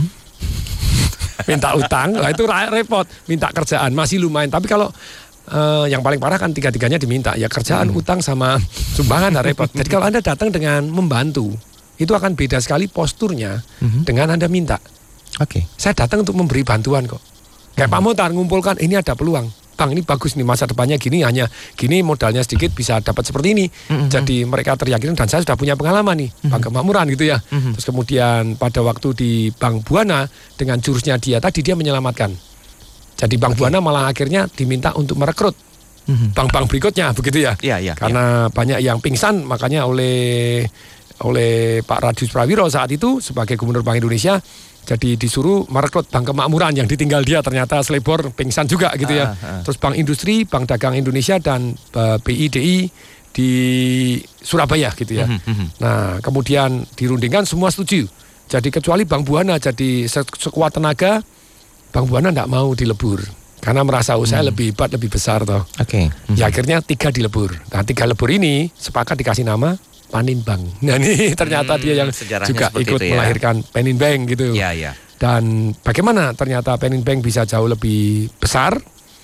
minta utang, lah itu repot. Minta kerjaan masih lumayan. Tapi kalau yang paling parah kan tiga-tiganya diminta, ya kerjaan, utang sama sumbangan, lah repot. Jadi kalau Anda datang dengan membantu, itu akan beda sekali posturnya dengan Anda minta. Oke. Saya datang untuk memberi bantuan kok. Kayak Pak Mokhtar ngumpulkan, ini ada peluang. Bang, ini bagus nih, masa depannya gini, hanya gini, modalnya sedikit bisa dapat seperti ini. Jadi mereka teryakin, dan saya sudah punya pengalaman nih, Bank Kemakmuran gitu ya. Terus kemudian pada waktu di Bank Buana, dengan jurusnya dia tadi, dia menyelamatkan. Jadi Bank Buana malah akhirnya diminta untuk merekrut bank-bank berikutnya, begitu ya. Karena banyak yang pingsan, makanya oleh Pak Radius Prawiro saat itu sebagai Gubernur Bank Indonesia, jadi disuruh merekrut Bank Kemakmuran yang ditinggal dia, ternyata selebor pingsan juga gitu ya. Terus Bank Industri, Bank Dagang Indonesia, dan BIDI di Surabaya gitu ya. Nah kemudian dirundingkan semua setuju. Jadi kecuali Bank Buana, jadi sekuat tenaga Bank Buana tidak mau dilebur karena merasa usaha lebih hebat, lebih besar toh. Oke. Ya akhirnya 3 dilebur. Nah 3 lebur ini sepakat dikasih nama Paninbank. Nah ini ternyata dia yang juga ikut melahirkan Paninbank gitu. Iya. Dan bagaimana ternyata Paninbank bisa jauh lebih besar,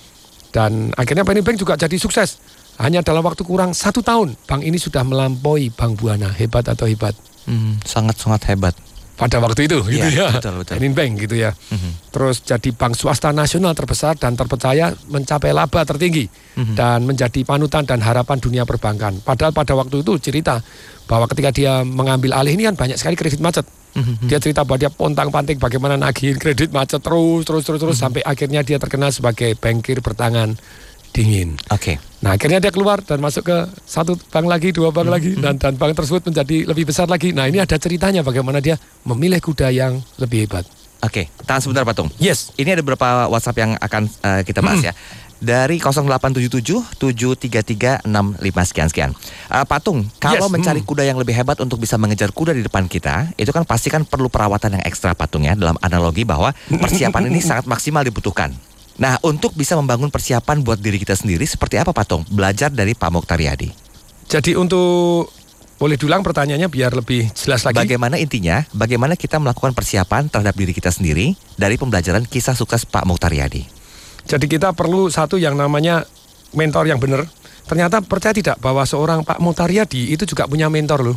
dan akhirnya Paninbank juga jadi sukses. Hanya dalam waktu kurang 1 tahun bank ini sudah melampaui Bank Buana. Hebat atau hebat? Sangat-sangat hebat. Pada waktu itu gitu ya. Betul. Paninbank gitu ya. Terus jadi bank swasta nasional terbesar dan terpercaya, mencapai laba tertinggi dan menjadi panutan dan harapan dunia perbankan. Padahal pada waktu itu cerita bahwa ketika dia mengambil alih ini kan banyak sekali kredit macet. Dia cerita bahwa dia pontang-panting bagaimana nagihin kredit macet terus sampai akhirnya dia terkenal sebagai bankir bertangan dingin. Oke. Nah akhirnya dia keluar dan masuk ke 1 bank lagi, 2 bank lagi, dan bank tersebut menjadi lebih besar lagi. Nah ini ada ceritanya bagaimana dia memilih kuda yang lebih hebat. Oke, tahan sebentar Pak Tung. Yes. Ini ada beberapa WhatsApp yang akan kita bahas ya. Dari 0877 733 65 sekian. Pak Tung, kalau mencari kuda yang lebih hebat untuk bisa mengejar kuda di depan kita, itu kan pasti kan perlu perawatan yang ekstra Pak Tung ya. Dalam analogi bahwa persiapan ini sangat maksimal dibutuhkan. Nah, untuk bisa membangun persiapan buat diri kita sendiri, seperti apa Pak Tung? Belajar dari Pak Mokhtar Riyadi. Jadi untuk, boleh diulang pertanyaannya biar lebih jelas lagi. Bagaimana intinya, bagaimana kita melakukan persiapan terhadap diri kita sendiri dari pembelajaran kisah sukses Pak Mokhtar Riyadi? Jadi kita perlu satu yang namanya mentor yang benar. Ternyata percaya tidak bahwa seorang Pak Mokhtar Riyadi itu juga punya mentor loh.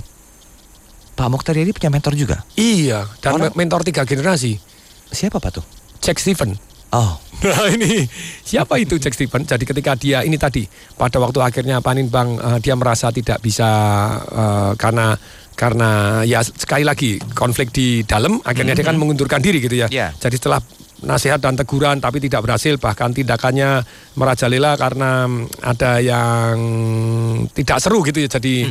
Pak Mokhtar Riyadi punya mentor juga? Iya, dan mentor 3 generasi. Siapa Pak Tung? Jack Stephen. Oh. Nah ini siapa itu Jack Stephen? Jadi ketika dia ini tadi pada waktu akhirnya Paninbank dia merasa tidak bisa karena ya sekali lagi konflik di dalam, akhirnya dia kan mengundurkan diri gitu ya. Jadi setelah nasihat dan teguran tapi tidak berhasil, bahkan tindakannya merajalela karena ada yang tidak seru gitu ya. Jadi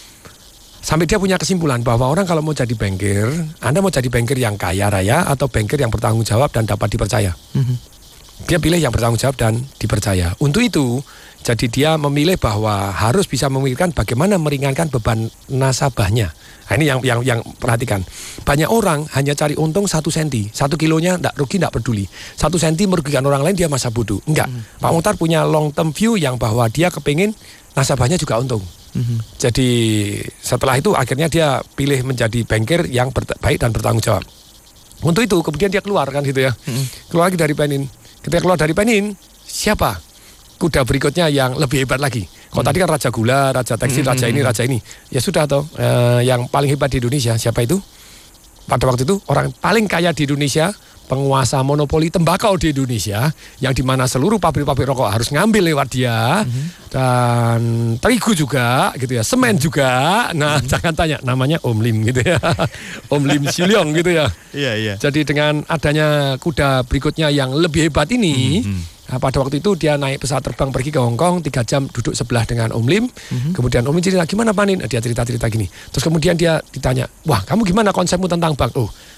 sampai dia punya kesimpulan bahwa orang kalau mau jadi bankir, Anda mau jadi bankir yang kaya raya atau bankir yang bertanggung jawab dan dapat dipercaya. Dia pilih yang bertanggung jawab dan dipercaya. Untuk itu, jadi dia memilih bahwa harus bisa memikirkan bagaimana meringankan beban nasabahnya. Nah, ini yang perhatikan. Banyak orang hanya cari untung 1 senti, 1 kilonya enggak rugi, enggak peduli. 1 senti merugikan orang lain, dia masa bodoh. Enggak. Pak Mokhtar punya long term view yang bahwa dia kepingin nasabahnya juga untung. Jadi setelah itu akhirnya dia pilih menjadi bankir yang baik dan bertanggung jawab. Untuk itu kemudian dia keluar kan gitu ya. Keluar lagi dari Panin. Ketika keluar dari Panin, siapa kuda berikutnya yang lebih hebat lagi? Kalau tadi kan Raja Gula, Raja Tekstil, Raja ini. Ya sudah toh, yang paling hebat di Indonesia siapa itu? Pada waktu itu orang paling kaya di Indonesia, penguasa monopoli tembakau di Indonesia, yang dimana seluruh pabrik-pabrik rokok harus ngambil lewat dia, dan terigu juga gitu ya, semen juga. Nah jangan tanya, namanya Om Lim gitu ya. Om Lim Silyong gitu ya. Iya. Jadi dengan adanya kuda berikutnya yang lebih hebat ini, nah, pada waktu itu dia naik pesawat terbang pergi ke Hong Kong, 3 jam duduk sebelah dengan Om Lim. Kemudian Om Lim cerita, gimana Panin? Dia cerita gini. Terus kemudian dia ditanya, wah kamu gimana konsepmu tentang bank? Oh,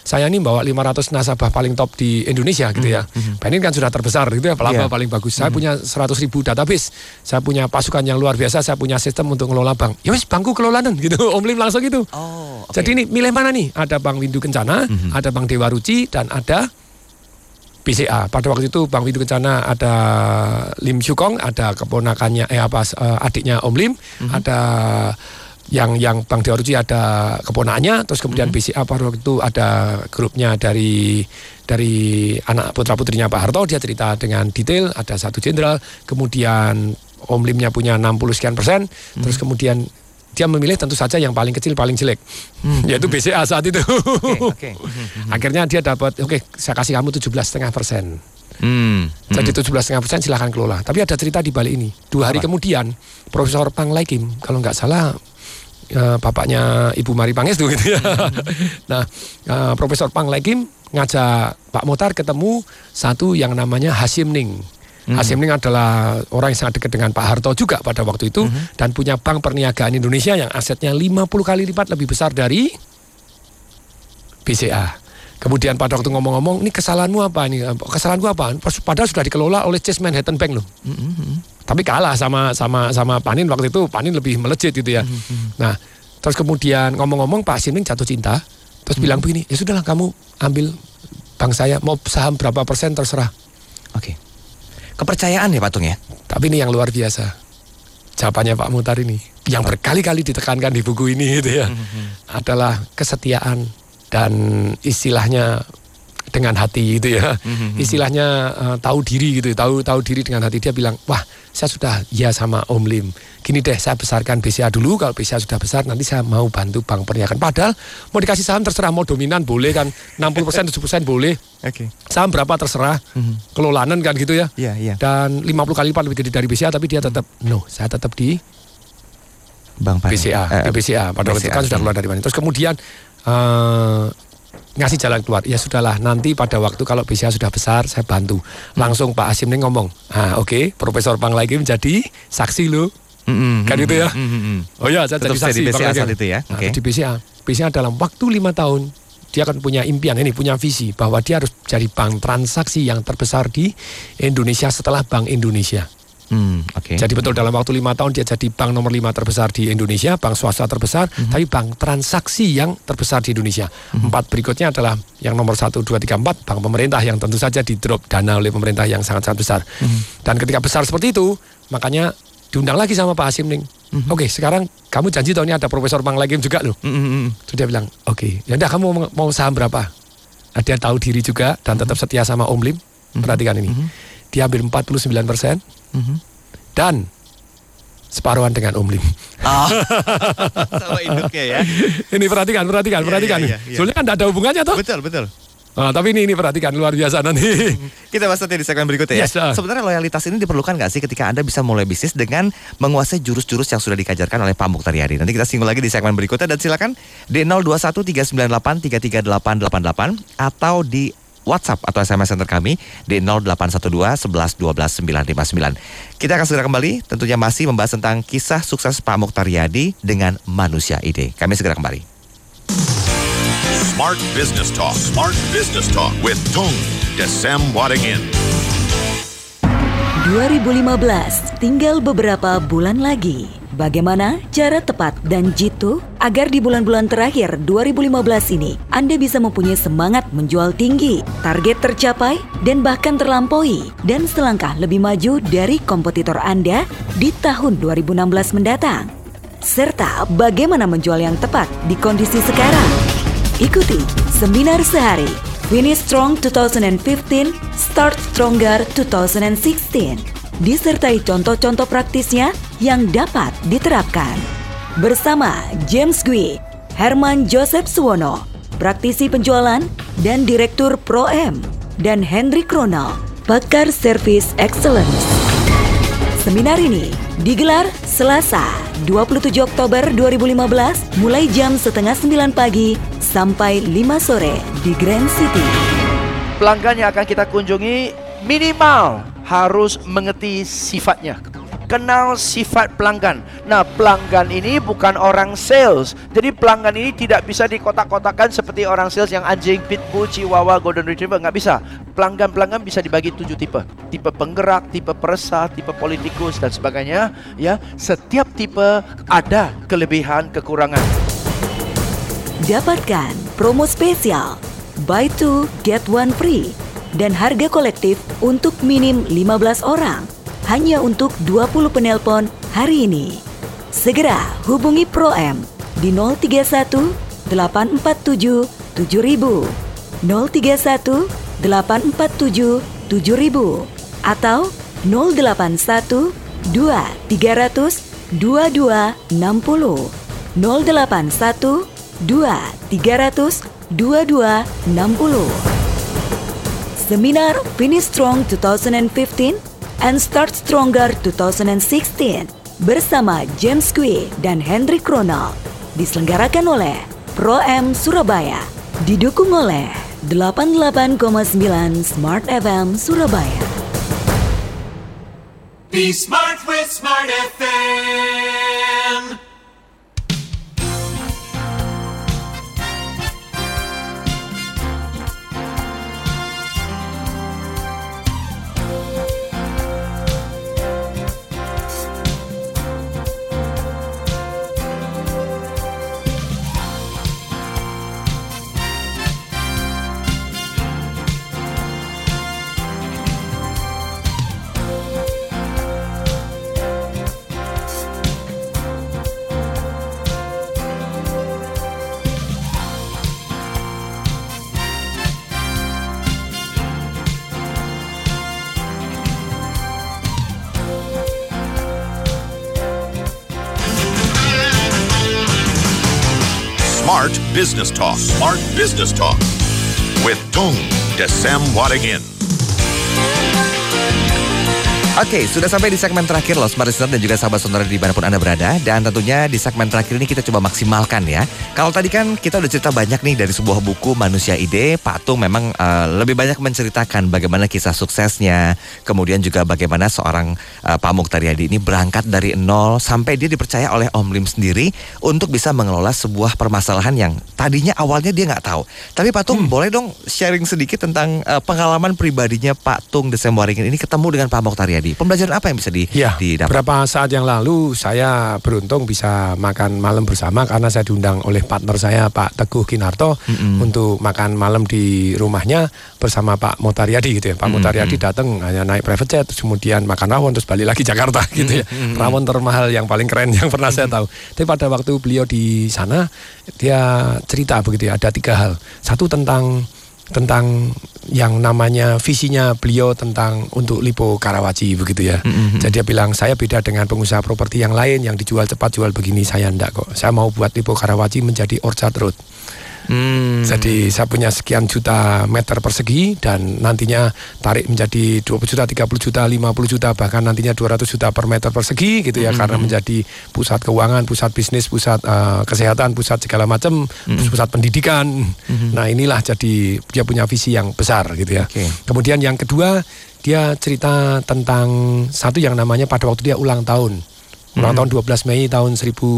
saya ini bawa 500 nasabah paling top di Indonesia gitu ya. Panin kan sudah terbesar gitu ya, pelaba paling bagus. Saya punya 100.000 database, saya punya pasukan yang luar biasa, saya punya sistem untuk ngelola bank. Ya wis bankku kelolanan gitu, Om Lim langsung gitu. Jadi ini milih mana nih? Ada Bank Windu Kencana, ada Bank Dewa Ruci, dan ada BCA. Pada waktu itu Bank Windu Kencana ada Lim Syukong, ada keponakannya adiknya Om Lim, ada yang Bank Dewa Ruci ada keponakannya, terus kemudian BCA pada waktu itu ada grupnya dari anak putra-putrinya Pak Harto, dia cerita dengan detail, ada 1 jenderal, kemudian Om Limnya punya 60 sekian %, terus kemudian dia memilih tentu saja yang paling kecil, paling jelek, yaitu BCA saat itu. Akhirnya dia dapat, saya kasih kamu 17,5%. Jadi 17,5% silahkan kelola. Tapi ada cerita di balik ini. 2 hari kemudian, Profesor Pang Laikim, kalau nggak salah, bapaknya Ibu Mari Pangestu gitu ya. Nah, Profesor Pang Laikim ngajak Pak Mokhtar ketemu satu yang namanya Hasim Ning. Hasim Ning adalah orang yang sangat dekat dengan Pak Harto juga pada waktu itu, dan punya Bank Perniagaan Indonesia yang asetnya 50 kali lipat lebih besar dari BCA. Kemudian pada waktu ngomong-ngomong, ini kesalahanmu apa? Kesalahanku apa? Padahal sudah dikelola oleh Chase Manhattan Bank loh. Tapi kalah sama Panin waktu itu. Panin lebih melejit gitu ya. Nah, terus kemudian ngomong-ngomong Pak Hasim Ning jatuh cinta, terus bilang begini, ya sudahlah kamu ambil bank saya, mau saham berapa persen terserah. Kepercayaan ya Pak Tung ya. Tapi ini yang luar biasa. Jawabannya Pak Mokhtar ini, yang berkali-kali ditekankan di buku ini gitu ya, adalah kesetiaan dan istilahnya dengan hati gitu ya. Istilahnya tahu diri gitu, tahu diri dengan hati. Dia bilang, wah saya sudah ya sama Om Lim. Gini deh, saya besarkan BCA dulu. Kalau BCA sudah besar, nanti saya mau bantu Bank Perniagaan. Padahal mau dikasih saham terserah, mau dominan boleh kan, 60%, 70% boleh. Saham berapa terserah, kelolanan kan gitu ya. Dan 50 kali lipat lebih gede dari BCA, tapi dia tetap, saya tetap di Bank BCA. Di BCA. Pada waktu itu kan sudah keluar dari mana. Terus kemudian ngasih jalan keluar. Ya sudahlah, nanti pada waktu kalau BCA sudah besar saya bantu. Langsung Pak Hasim Ning ngomong, Profesor Pang Laikim menjadi saksi lo. Kan gitu ya. Oh ya, saya jadi saksi di BCA saat itu ya. Di BCA dalam waktu 5 tahun dia akan punya impian ini, punya visi bahwa dia harus jadi bank transaksi yang terbesar di Indonesia setelah Bank Indonesia. Jadi betul dalam waktu 5 tahun dia jadi bank nomor 5 terbesar di Indonesia, bank swasta terbesar, tapi bank transaksi yang terbesar di Indonesia. 4 berikutnya adalah yang nomor 1, 2, 3, 4 bank pemerintah yang tentu saja di drop dana oleh pemerintah yang sangat-sangat besar. Dan ketika besar seperti itu, makanya diundang lagi sama Pak Hasim Ning. Sekarang kamu janji tahun ini ada Profesor Pang Laikim juga loh. Terus dia bilang, ya udah kamu mau saham berapa? Dia tahu diri juga dan tetap setia sama Om Lim. Perhatikan ini. Dia ambil 49%. Dan separuhan dengan Om Lim. Sama induknya ya. Ini perhatikan. Iya. Soalnya kan tidak ada hubungannya toh. Betul. Tapi ini perhatikan, luar biasa nanti. Kita bahas nanti di segmen berikutnya ya. Sebenarnya loyalitas ini diperlukan nggak sih ketika Anda bisa mulai bisnis dengan menguasai jurus-jurus yang sudah dikajarkan oleh Pak Mokhtar Riyadi? Nanti kita singgung lagi di segmen berikutnya, dan silakan di 0213983388 atau di WhatsApp atau SMS center kami di 0812 11 12 959. Kita akan segera kembali, tentunya masih membahas tentang kisah sukses Pak Mokhtar Riyadi dengan Manusia Ide. Kami segera kembali. Smart Business Talk with Tung Desem Wadingin. 2015 tinggal beberapa bulan lagi. Bagaimana cara tepat dan jitu agar di bulan-bulan terakhir 2015 ini Anda bisa mempunyai semangat menjual tinggi, target tercapai dan bahkan terlampaui, dan selangkah lebih maju dari kompetitor Anda di tahun 2016 mendatang? Serta bagaimana menjual yang tepat di kondisi sekarang? Ikuti seminar sehari Finish Strong 2015, Start Stronger 2016. Disertai contoh-contoh praktisnya yang dapat diterapkan. Bersama James Gui, Herman Joseph Suwono, praktisi penjualan dan Direktur Pro M, dan Henry Kronal, pakar Service Excellence. Seminar ini digelar Selasa 27 Oktober 2015 mulai jam 8:30 pagi sampai 5 sore di Grand City. Pelanggan yang akan kita kunjungi minimal harus mengerti sifatnya. kenal sifat pelanggan. Nah, pelanggan ini bukan orang sales. Jadi pelanggan ini tidak bisa dikotak-kotakan seperti orang sales yang anjing, pitbull, chihuahua, golden retriever. Nggak bisa. Pelanggan bisa dibagi 7 tipe. Tipe penggerak, tipe peresah, tipe politikus dan sebagainya. Ya, setiap tipe ada kelebihan, kekurangan. Dapatkan promo spesial Buy 2 Get 1 Free dan harga kolektif untuk minim 15 orang hanya untuk 20 penelpon hari ini. Segera hubungi Pro M di 031 847 7000, 031 847 7000 atau 081 2300 2260, 081 2300 2260. Seminar Finish Strong 2015 and Start Stronger 2016 bersama James Kwe dan Hendrik Ronald diselenggarakan oleh Pro M Surabaya, didukung oleh 88,9 Smart FM Surabaya. Be smart with Smart FM. Smart Business Talk. Smart Business Talk. With Tung Desem Wadingin. Oke, sudah sampai di segmen terakhir loh Smart Listener dan juga sahabat sonora dimanapun Anda berada. Dan tentunya di segmen terakhir ini kita coba maksimalkan ya. Kalau tadi kan kita udah cerita banyak nih dari sebuah buku Manusia Ide. Pak Tung memang lebih banyak menceritakan bagaimana kisah suksesnya. Kemudian juga bagaimana seorang Pak Muktaryadi ini berangkat dari nol sampai dia dipercaya oleh Om Lim sendiri untuk bisa mengelola sebuah permasalahan yang tadinya awalnya dia nggak tahu. Tapi Pak Tung boleh dong sharing sedikit tentang pengalaman pribadinya Pak Tung Desem Wadingin ini ketemu dengan Pak Muktaryadi. Pembelajaran apa yang bisa didapat? Beberapa saat yang lalu saya beruntung bisa makan malam bersama karena saya diundang oleh partner saya Pak Teguh Kinarto untuk makan malam di rumahnya bersama Pak Muktaryadi gitu ya. Pak Muktaryadi datang hanya naik private jet, terus kemudian makan rawon terus balik lagi Jakarta gitu ya. Rawon termahal yang paling keren yang pernah saya tahu. Tapi pada waktu beliau di sana dia cerita begitu ya, ada 3 hal. Satu tentang yang namanya visinya beliau tentang untuk Lipo Karawaci begitu ya. Jadi dia bilang saya beda dengan pengusaha properti yang lain yang dijual cepat jual begini, saya enggak kok. Saya mau buat Lipo Karawaci menjadi Orchard Road. Jadi saya punya sekian juta meter persegi dan nantinya tarik menjadi 20 juta, 30 juta, 50 juta, bahkan nantinya 200 juta per meter persegi gitu ya, karena menjadi pusat keuangan, pusat bisnis, pusat kesehatan, pusat segala macam, pusat pendidikan. Nah inilah jadi dia punya visi yang besar gitu ya. Kemudian yang kedua dia cerita tentang satu yang namanya pada waktu dia ulang tahun 12 Mei tahun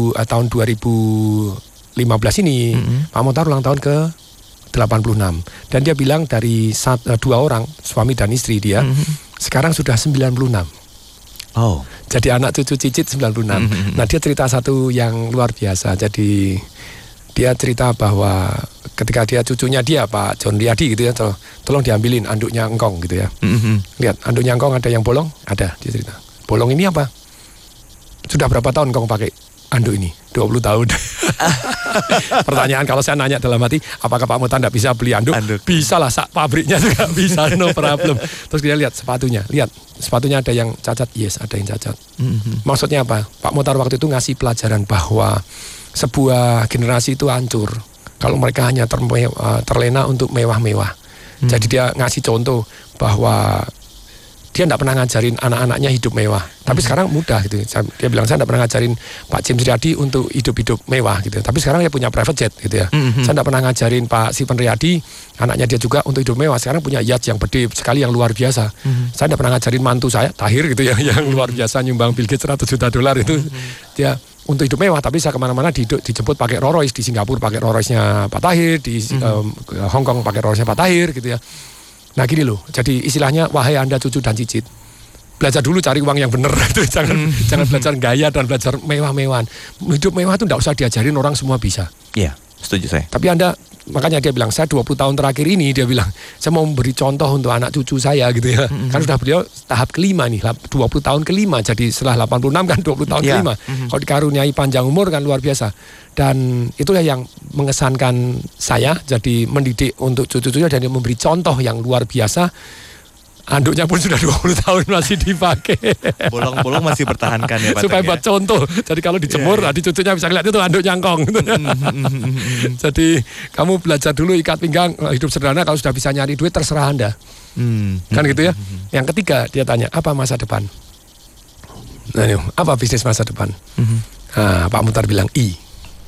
2015 ini, Pak Montar ulang tahun ke 86. Dan dia bilang dari 2 orang, suami dan istri dia, sekarang sudah 96. Oh. Jadi anak cucu cicit 96. Nah dia cerita satu yang luar biasa. Jadi dia cerita bahwa ketika dia cucunya dia, Pak John Riyadi gitu ya, tolong diambilin anduknya engkong gitu ya. Lihat, anduknya engkong ada yang bolong? Ada, dia cerita. Bolong ini apa? Sudah berapa tahun engkong pakai anduk ini? 20 tahun. Pertanyaan kalau saya nanya dalam hati, apakah Pak Mutan tidak bisa beli anduk? Bisa lah, pabriknya juga bisa, no problem. Terus dia lihat sepatunya, sepatunya ada yang cacat, yes ada yang cacat. Maksudnya apa? Pak Mutar waktu itu ngasih pelajaran bahwa sebuah generasi itu hancur kalau mereka hanya terlena untuk mewah-mewah. Jadi dia ngasih contoh bahwa dia tidak pernah ngajarin anak-anaknya hidup mewah. Tapi sekarang mudah gitu. Dia bilang saya tidak pernah ngajarin Pak James Riyadi untuk hidup mewah gitu. Tapi sekarang dia punya private jet gitu ya. Saya tidak pernah ngajarin Pak Stephen Riyadi, anaknya dia juga untuk hidup mewah. Sekarang punya yacht yang gede sekali, yang luar biasa. Saya tidak pernah ngajarin mantu saya, Tahir gitu ya, yang luar biasa nyumbang Bill Gates $100 juta itu. Dia untuk hidup mewah, tapi saya kemana-mana dijemput pakai Rolls Royce. Di Singapura pakai Rolls Royce-nya Pak Tahir, di Hong Kong pakai Rolls Royce-nya Pak Tahir gitu ya. Nah gini loh, jadi istilahnya wahai Anda cucu dan cicit, belajar dulu cari uang yang benar. jangan belajar gaya dan belajar mewah-mewahan. Hidup mewah itu tidak usah diajarin, orang semua bisa. Iya, setuju saya. Tapi Anda, makanya dia bilang, saya 20 tahun terakhir ini, dia bilang, saya mau memberi contoh untuk anak cucu saya gitu ya. Kan sudah beliau tahap kelima nih, 20 tahun kelima, jadi setelah 86 kan 20 tahun kelima. Kalau dikaruniai panjang umur kan luar biasa. Dan itulah yang mengesankan saya, jadi mendidik untuk cucu-cucunya dan memberi contoh yang luar biasa. Anduknya pun sudah 20 tahun masih dipakai. Bolong-bolong masih bertahankan ya Pak. Supaya buat contoh. Jadi kalau dijemur, di cucunya bisa lihat itu anduk nyangkong. Jadi kamu belajar dulu ikat pinggang, hidup sederhana, kalau sudah bisa nyari duit terserah Anda. Kan gitu ya. Yang ketiga dia tanya, apa masa depan? Nah, apa bisnis masa depan? Nah, Pak Muhtar bilang I.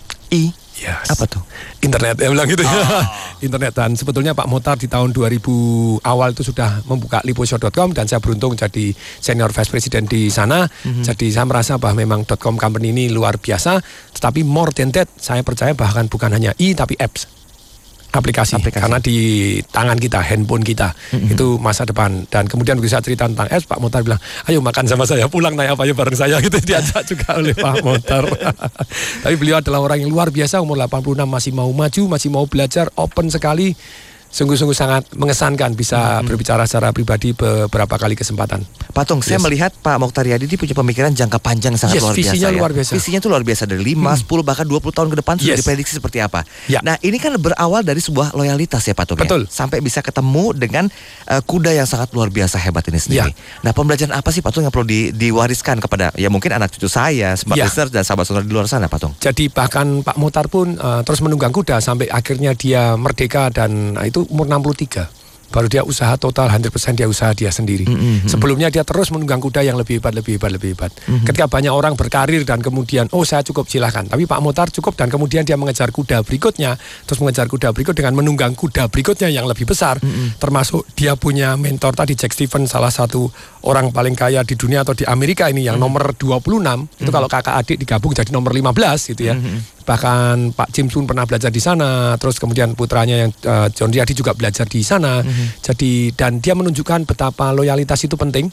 Yes. Apa tuh? Internet, dia bilang gitu ya. Internet. Dan sebetulnya Pak Muhtar di tahun 2000 awal itu sudah membuka liposhow.com dan saya beruntung jadi senior vice president di sana. Jadi saya merasa bahwa memang .com company ini luar biasa. Tetapi more than that, saya percaya bahkan bukan hanya tapi apps. Aplikasi. Karena di tangan kita, handphone kita, itu masa depan. Dan kemudian bisa cerita tentang apps, Pak Muhtar bilang, ayo makan sama saya, pulang naik apa ya bareng saya, gitu diajak juga oleh Pak Muhtar. Tapi beliau adalah orang yang luar biasa, umur 86 masih mau maju, masih mau belajar, open sekali. Sungguh-sungguh sangat mengesankan bisa berbicara secara pribadi beberapa kali kesempatan. Pak Tung, saya melihat Pak Mokhtar Riyadi ini punya pemikiran jangka panjang sangat luar biasa. Visinya luar biasa. Visinya itu luar biasa, dari 5, 10, bahkan 20 tahun ke depan sudah diprediksi seperti apa. Nah ini kan berawal dari sebuah loyalitas ya Pak Tung. Betul. Ya? Sampai bisa ketemu dengan kuda yang sangat luar biasa hebat ini sendiri. Nah pembelajaran apa sih Pak Tung yang perlu diwariskan kepada ya mungkin anak cucu saya, smart listeners dan sahabat-sahabat di luar sana Pak Tung? Jadi bahkan Pak Muhtar pun terus menunggang kuda sampai akhirnya dia merdeka dan itu umur 63. Baru dia usaha total 100% dia usaha dia sendiri. Sebelumnya dia terus menunggang kuda yang lebih hebat. Ketika banyak orang berkarir dan kemudian saya cukup silahkan. Tapi Pak Muhtar cukup dan kemudian dia mengejar kuda berikutnya. Terus mengejar kuda berikut dengan menunggang kuda berikutnya yang lebih besar. Termasuk dia punya mentor tadi Jack Stevens, salah satu orang paling kaya di dunia atau di Amerika ini yang nomor 26. Itu kalau kakak adik digabung jadi nomor 15 gitu ya. Bahkan Pak James pun pernah belajar di sana. Terus kemudian putranya yang John Riyadi juga belajar di sana. Jadi dan dia menunjukkan betapa loyalitas itu penting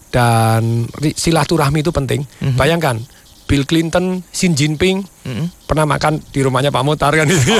dan silaturahmi itu penting. Bayangkan Bill Clinton, Xi Jinping pernah makan di rumahnya Pak Muhtar kan itu.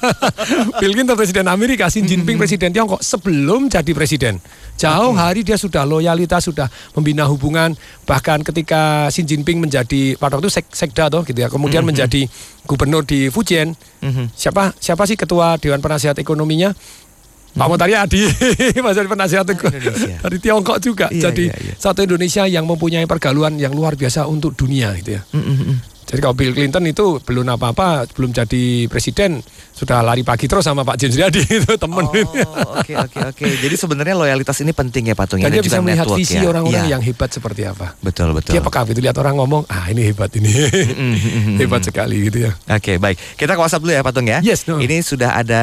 Bill Clinton presiden Amerika, Xi Jinping presiden Tiongkok sebelum jadi presiden. Jauh hari dia sudah loyalitas, sudah membina hubungan. Bahkan ketika Xi Jinping menjadi pada waktu sekda toh gitu ya, kemudian menjadi gubernur di Fujian. Siapa sih ketua Dewan Penasihat Ekonominya? Pak Muhtar Riyadi, masih penasihat dari Tiongkok juga. Jadi satu Indonesia yang mempunyai pergaulan yang luar biasa untuk dunia gitu ya. Jadi kalau Bill Clinton itu belum apa-apa, belum jadi presiden, sudah lari pagi terus sama Pak James Riyadi itu temen. Oke. Jadi sebenarnya loyalitas ini penting ya Pak Tung. Dan dia bisa melihat visi orang-orang yang hebat seperti apa. Betul. Dia peka itu lihat orang ngomong, ini hebat ini. Hebat sekali gitu ya. Oke, baik. Kita ke WhatsApp dulu ya Pak Tung ya. Yes, no. Ini sudah ada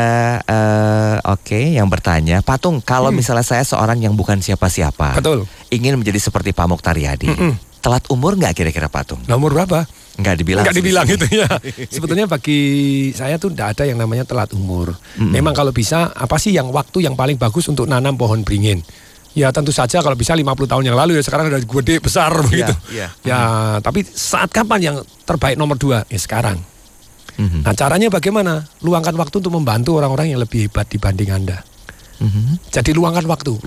yang bertanya, Pak Tung, kalau misalnya saya seorang yang bukan siapa-siapa, betul, ingin menjadi seperti Pak Mokhtar Riyadi, telat umur nggak kira-kira Pak Tung? Nah, umur berapa? Nggak dibilang itu ya. Sebetulnya bagi saya tuh tidak ada yang namanya telat umur. Memang kalau bisa, apa sih yang waktu yang paling bagus untuk nanam pohon beringin? Ya tentu saja kalau bisa 50 tahun yang lalu ya, sekarang udah gede besar begitu. Ya, tapi saat kapan yang terbaik nomor 2? Ya sekarang. Nah caranya bagaimana? Luangkan waktu untuk membantu orang-orang yang lebih hebat dibanding Anda. Jadi luangkan waktu.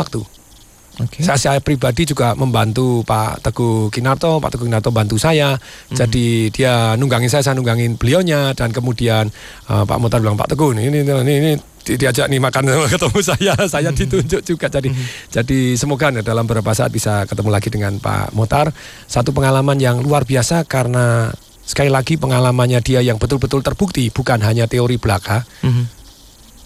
Saya pribadi juga membantu Pak Teguh Kinarto. Pak Teguh Kinarto bantu saya. Jadi dia nunggangin saya nunggangin beliaunya. Dan kemudian Pak Muhtar bilang, Pak Teguh ini diajak nih makan ketemu saya ditunjuk juga. Jadi semoga dalam beberapa saat bisa ketemu lagi dengan Pak Muhtar. Satu pengalaman yang luar biasa karena sekali lagi pengalamannya dia yang betul-betul terbukti, bukan hanya teori belaka.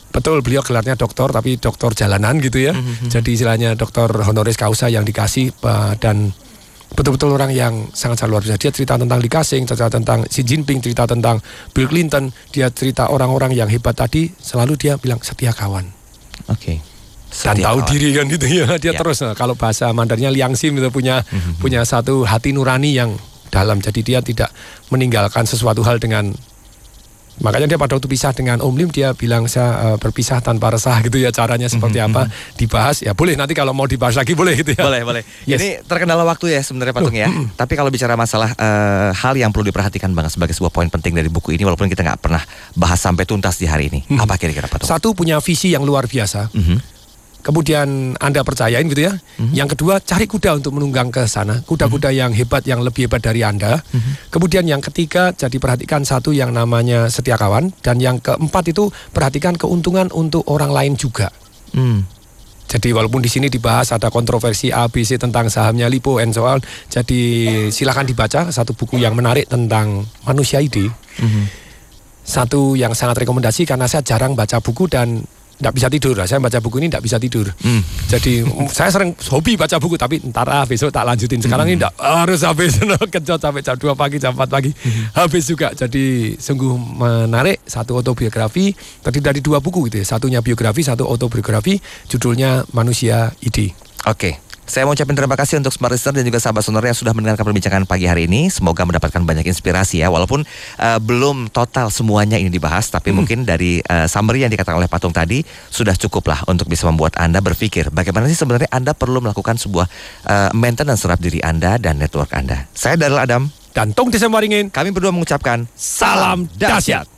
Betul, beliau gelarnya doktor tapi doktor jalanan gitu ya. Jadi istilahnya doktor honoris causa yang dikasih dan betul-betul orang yang sangat luar biasa. Dia cerita tentang Lee Ka-shing, cerita tentang Xi Jinping, cerita tentang Bill Clinton. Dia cerita orang-orang yang hebat tadi, selalu dia bilang setia kawan. Oke. Dan tahu diri kan gitu ya. Dia terus kalau bahasa Mandarinnya Liang Xim itu punya satu hati nurani yang dalam. Jadi dia tidak meninggalkan sesuatu hal dengan. Makanya dia pada waktu pisah dengan Om Lim, dia bilang saya berpisah tanpa resah gitu ya, caranya seperti apa dibahas. Ya boleh nanti kalau mau dibahas lagi boleh gitu ya. Boleh. Yes. Ini terkendala waktu ya sebenarnya Pak Tung ya. Tapi kalau bicara masalah hal yang perlu diperhatikan banget sebagai sebuah poin penting dari buku ini, walaupun kita nggak pernah bahas sampai tuntas di hari ini. Apa kira-kira Pak Tung? Satu, punya visi yang luar biasa. Kemudian Anda percayain gitu ya. Yang kedua, cari kuda untuk menunggang ke sana. Kuda-kuda yang hebat, yang lebih hebat dari Anda. Kemudian yang ketiga, jadi perhatikan satu yang namanya setia kawan. Dan yang keempat itu perhatikan keuntungan untuk orang lain juga. Jadi walaupun di sini dibahas ada kontroversi ABC tentang sahamnya Lipo and so on. Jadi silakan dibaca satu buku yang menarik tentang manusia ide. Satu yang sangat rekomendasi karena saya jarang baca buku dan tidak bisa tidur. Saya baca buku ini tidak bisa tidur. Jadi saya sering hobi baca buku tapi ntar besok tak lanjutin. Sekarang ini tidak harus habis kejot sampai jam 2 pagi, jam 4 pagi habis juga. Jadi sungguh menarik. Satu autobiografi terdiri dari 2 buku gitu ya. Satunya biografi, satu autobiografi. Judulnya Manusia Ide. Oke. Saya mau ucapin terima kasih untuk Smart Listener dan juga sahabat sonor yang sudah mendengarkan perbincangan pagi hari ini. Semoga mendapatkan banyak inspirasi ya. Walaupun belum total semuanya ini dibahas, tapi mungkin dari summary yang dikatakan oleh Patung tadi sudah cukup lah untuk bisa membuat Anda berpikir bagaimana sih sebenarnya Anda perlu melakukan sebuah maintenance terhadap diri Anda dan network Anda. Saya Daryl Adam dan Tung Desem Waringin. Kami berdua mengucapkan salam dahsyat.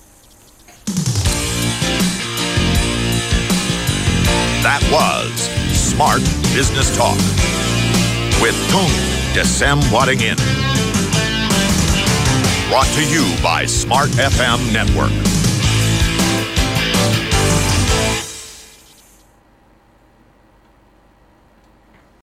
That was Smart Business Talk with Tung Desem Wadding In. Brought to you by Smart FM Network.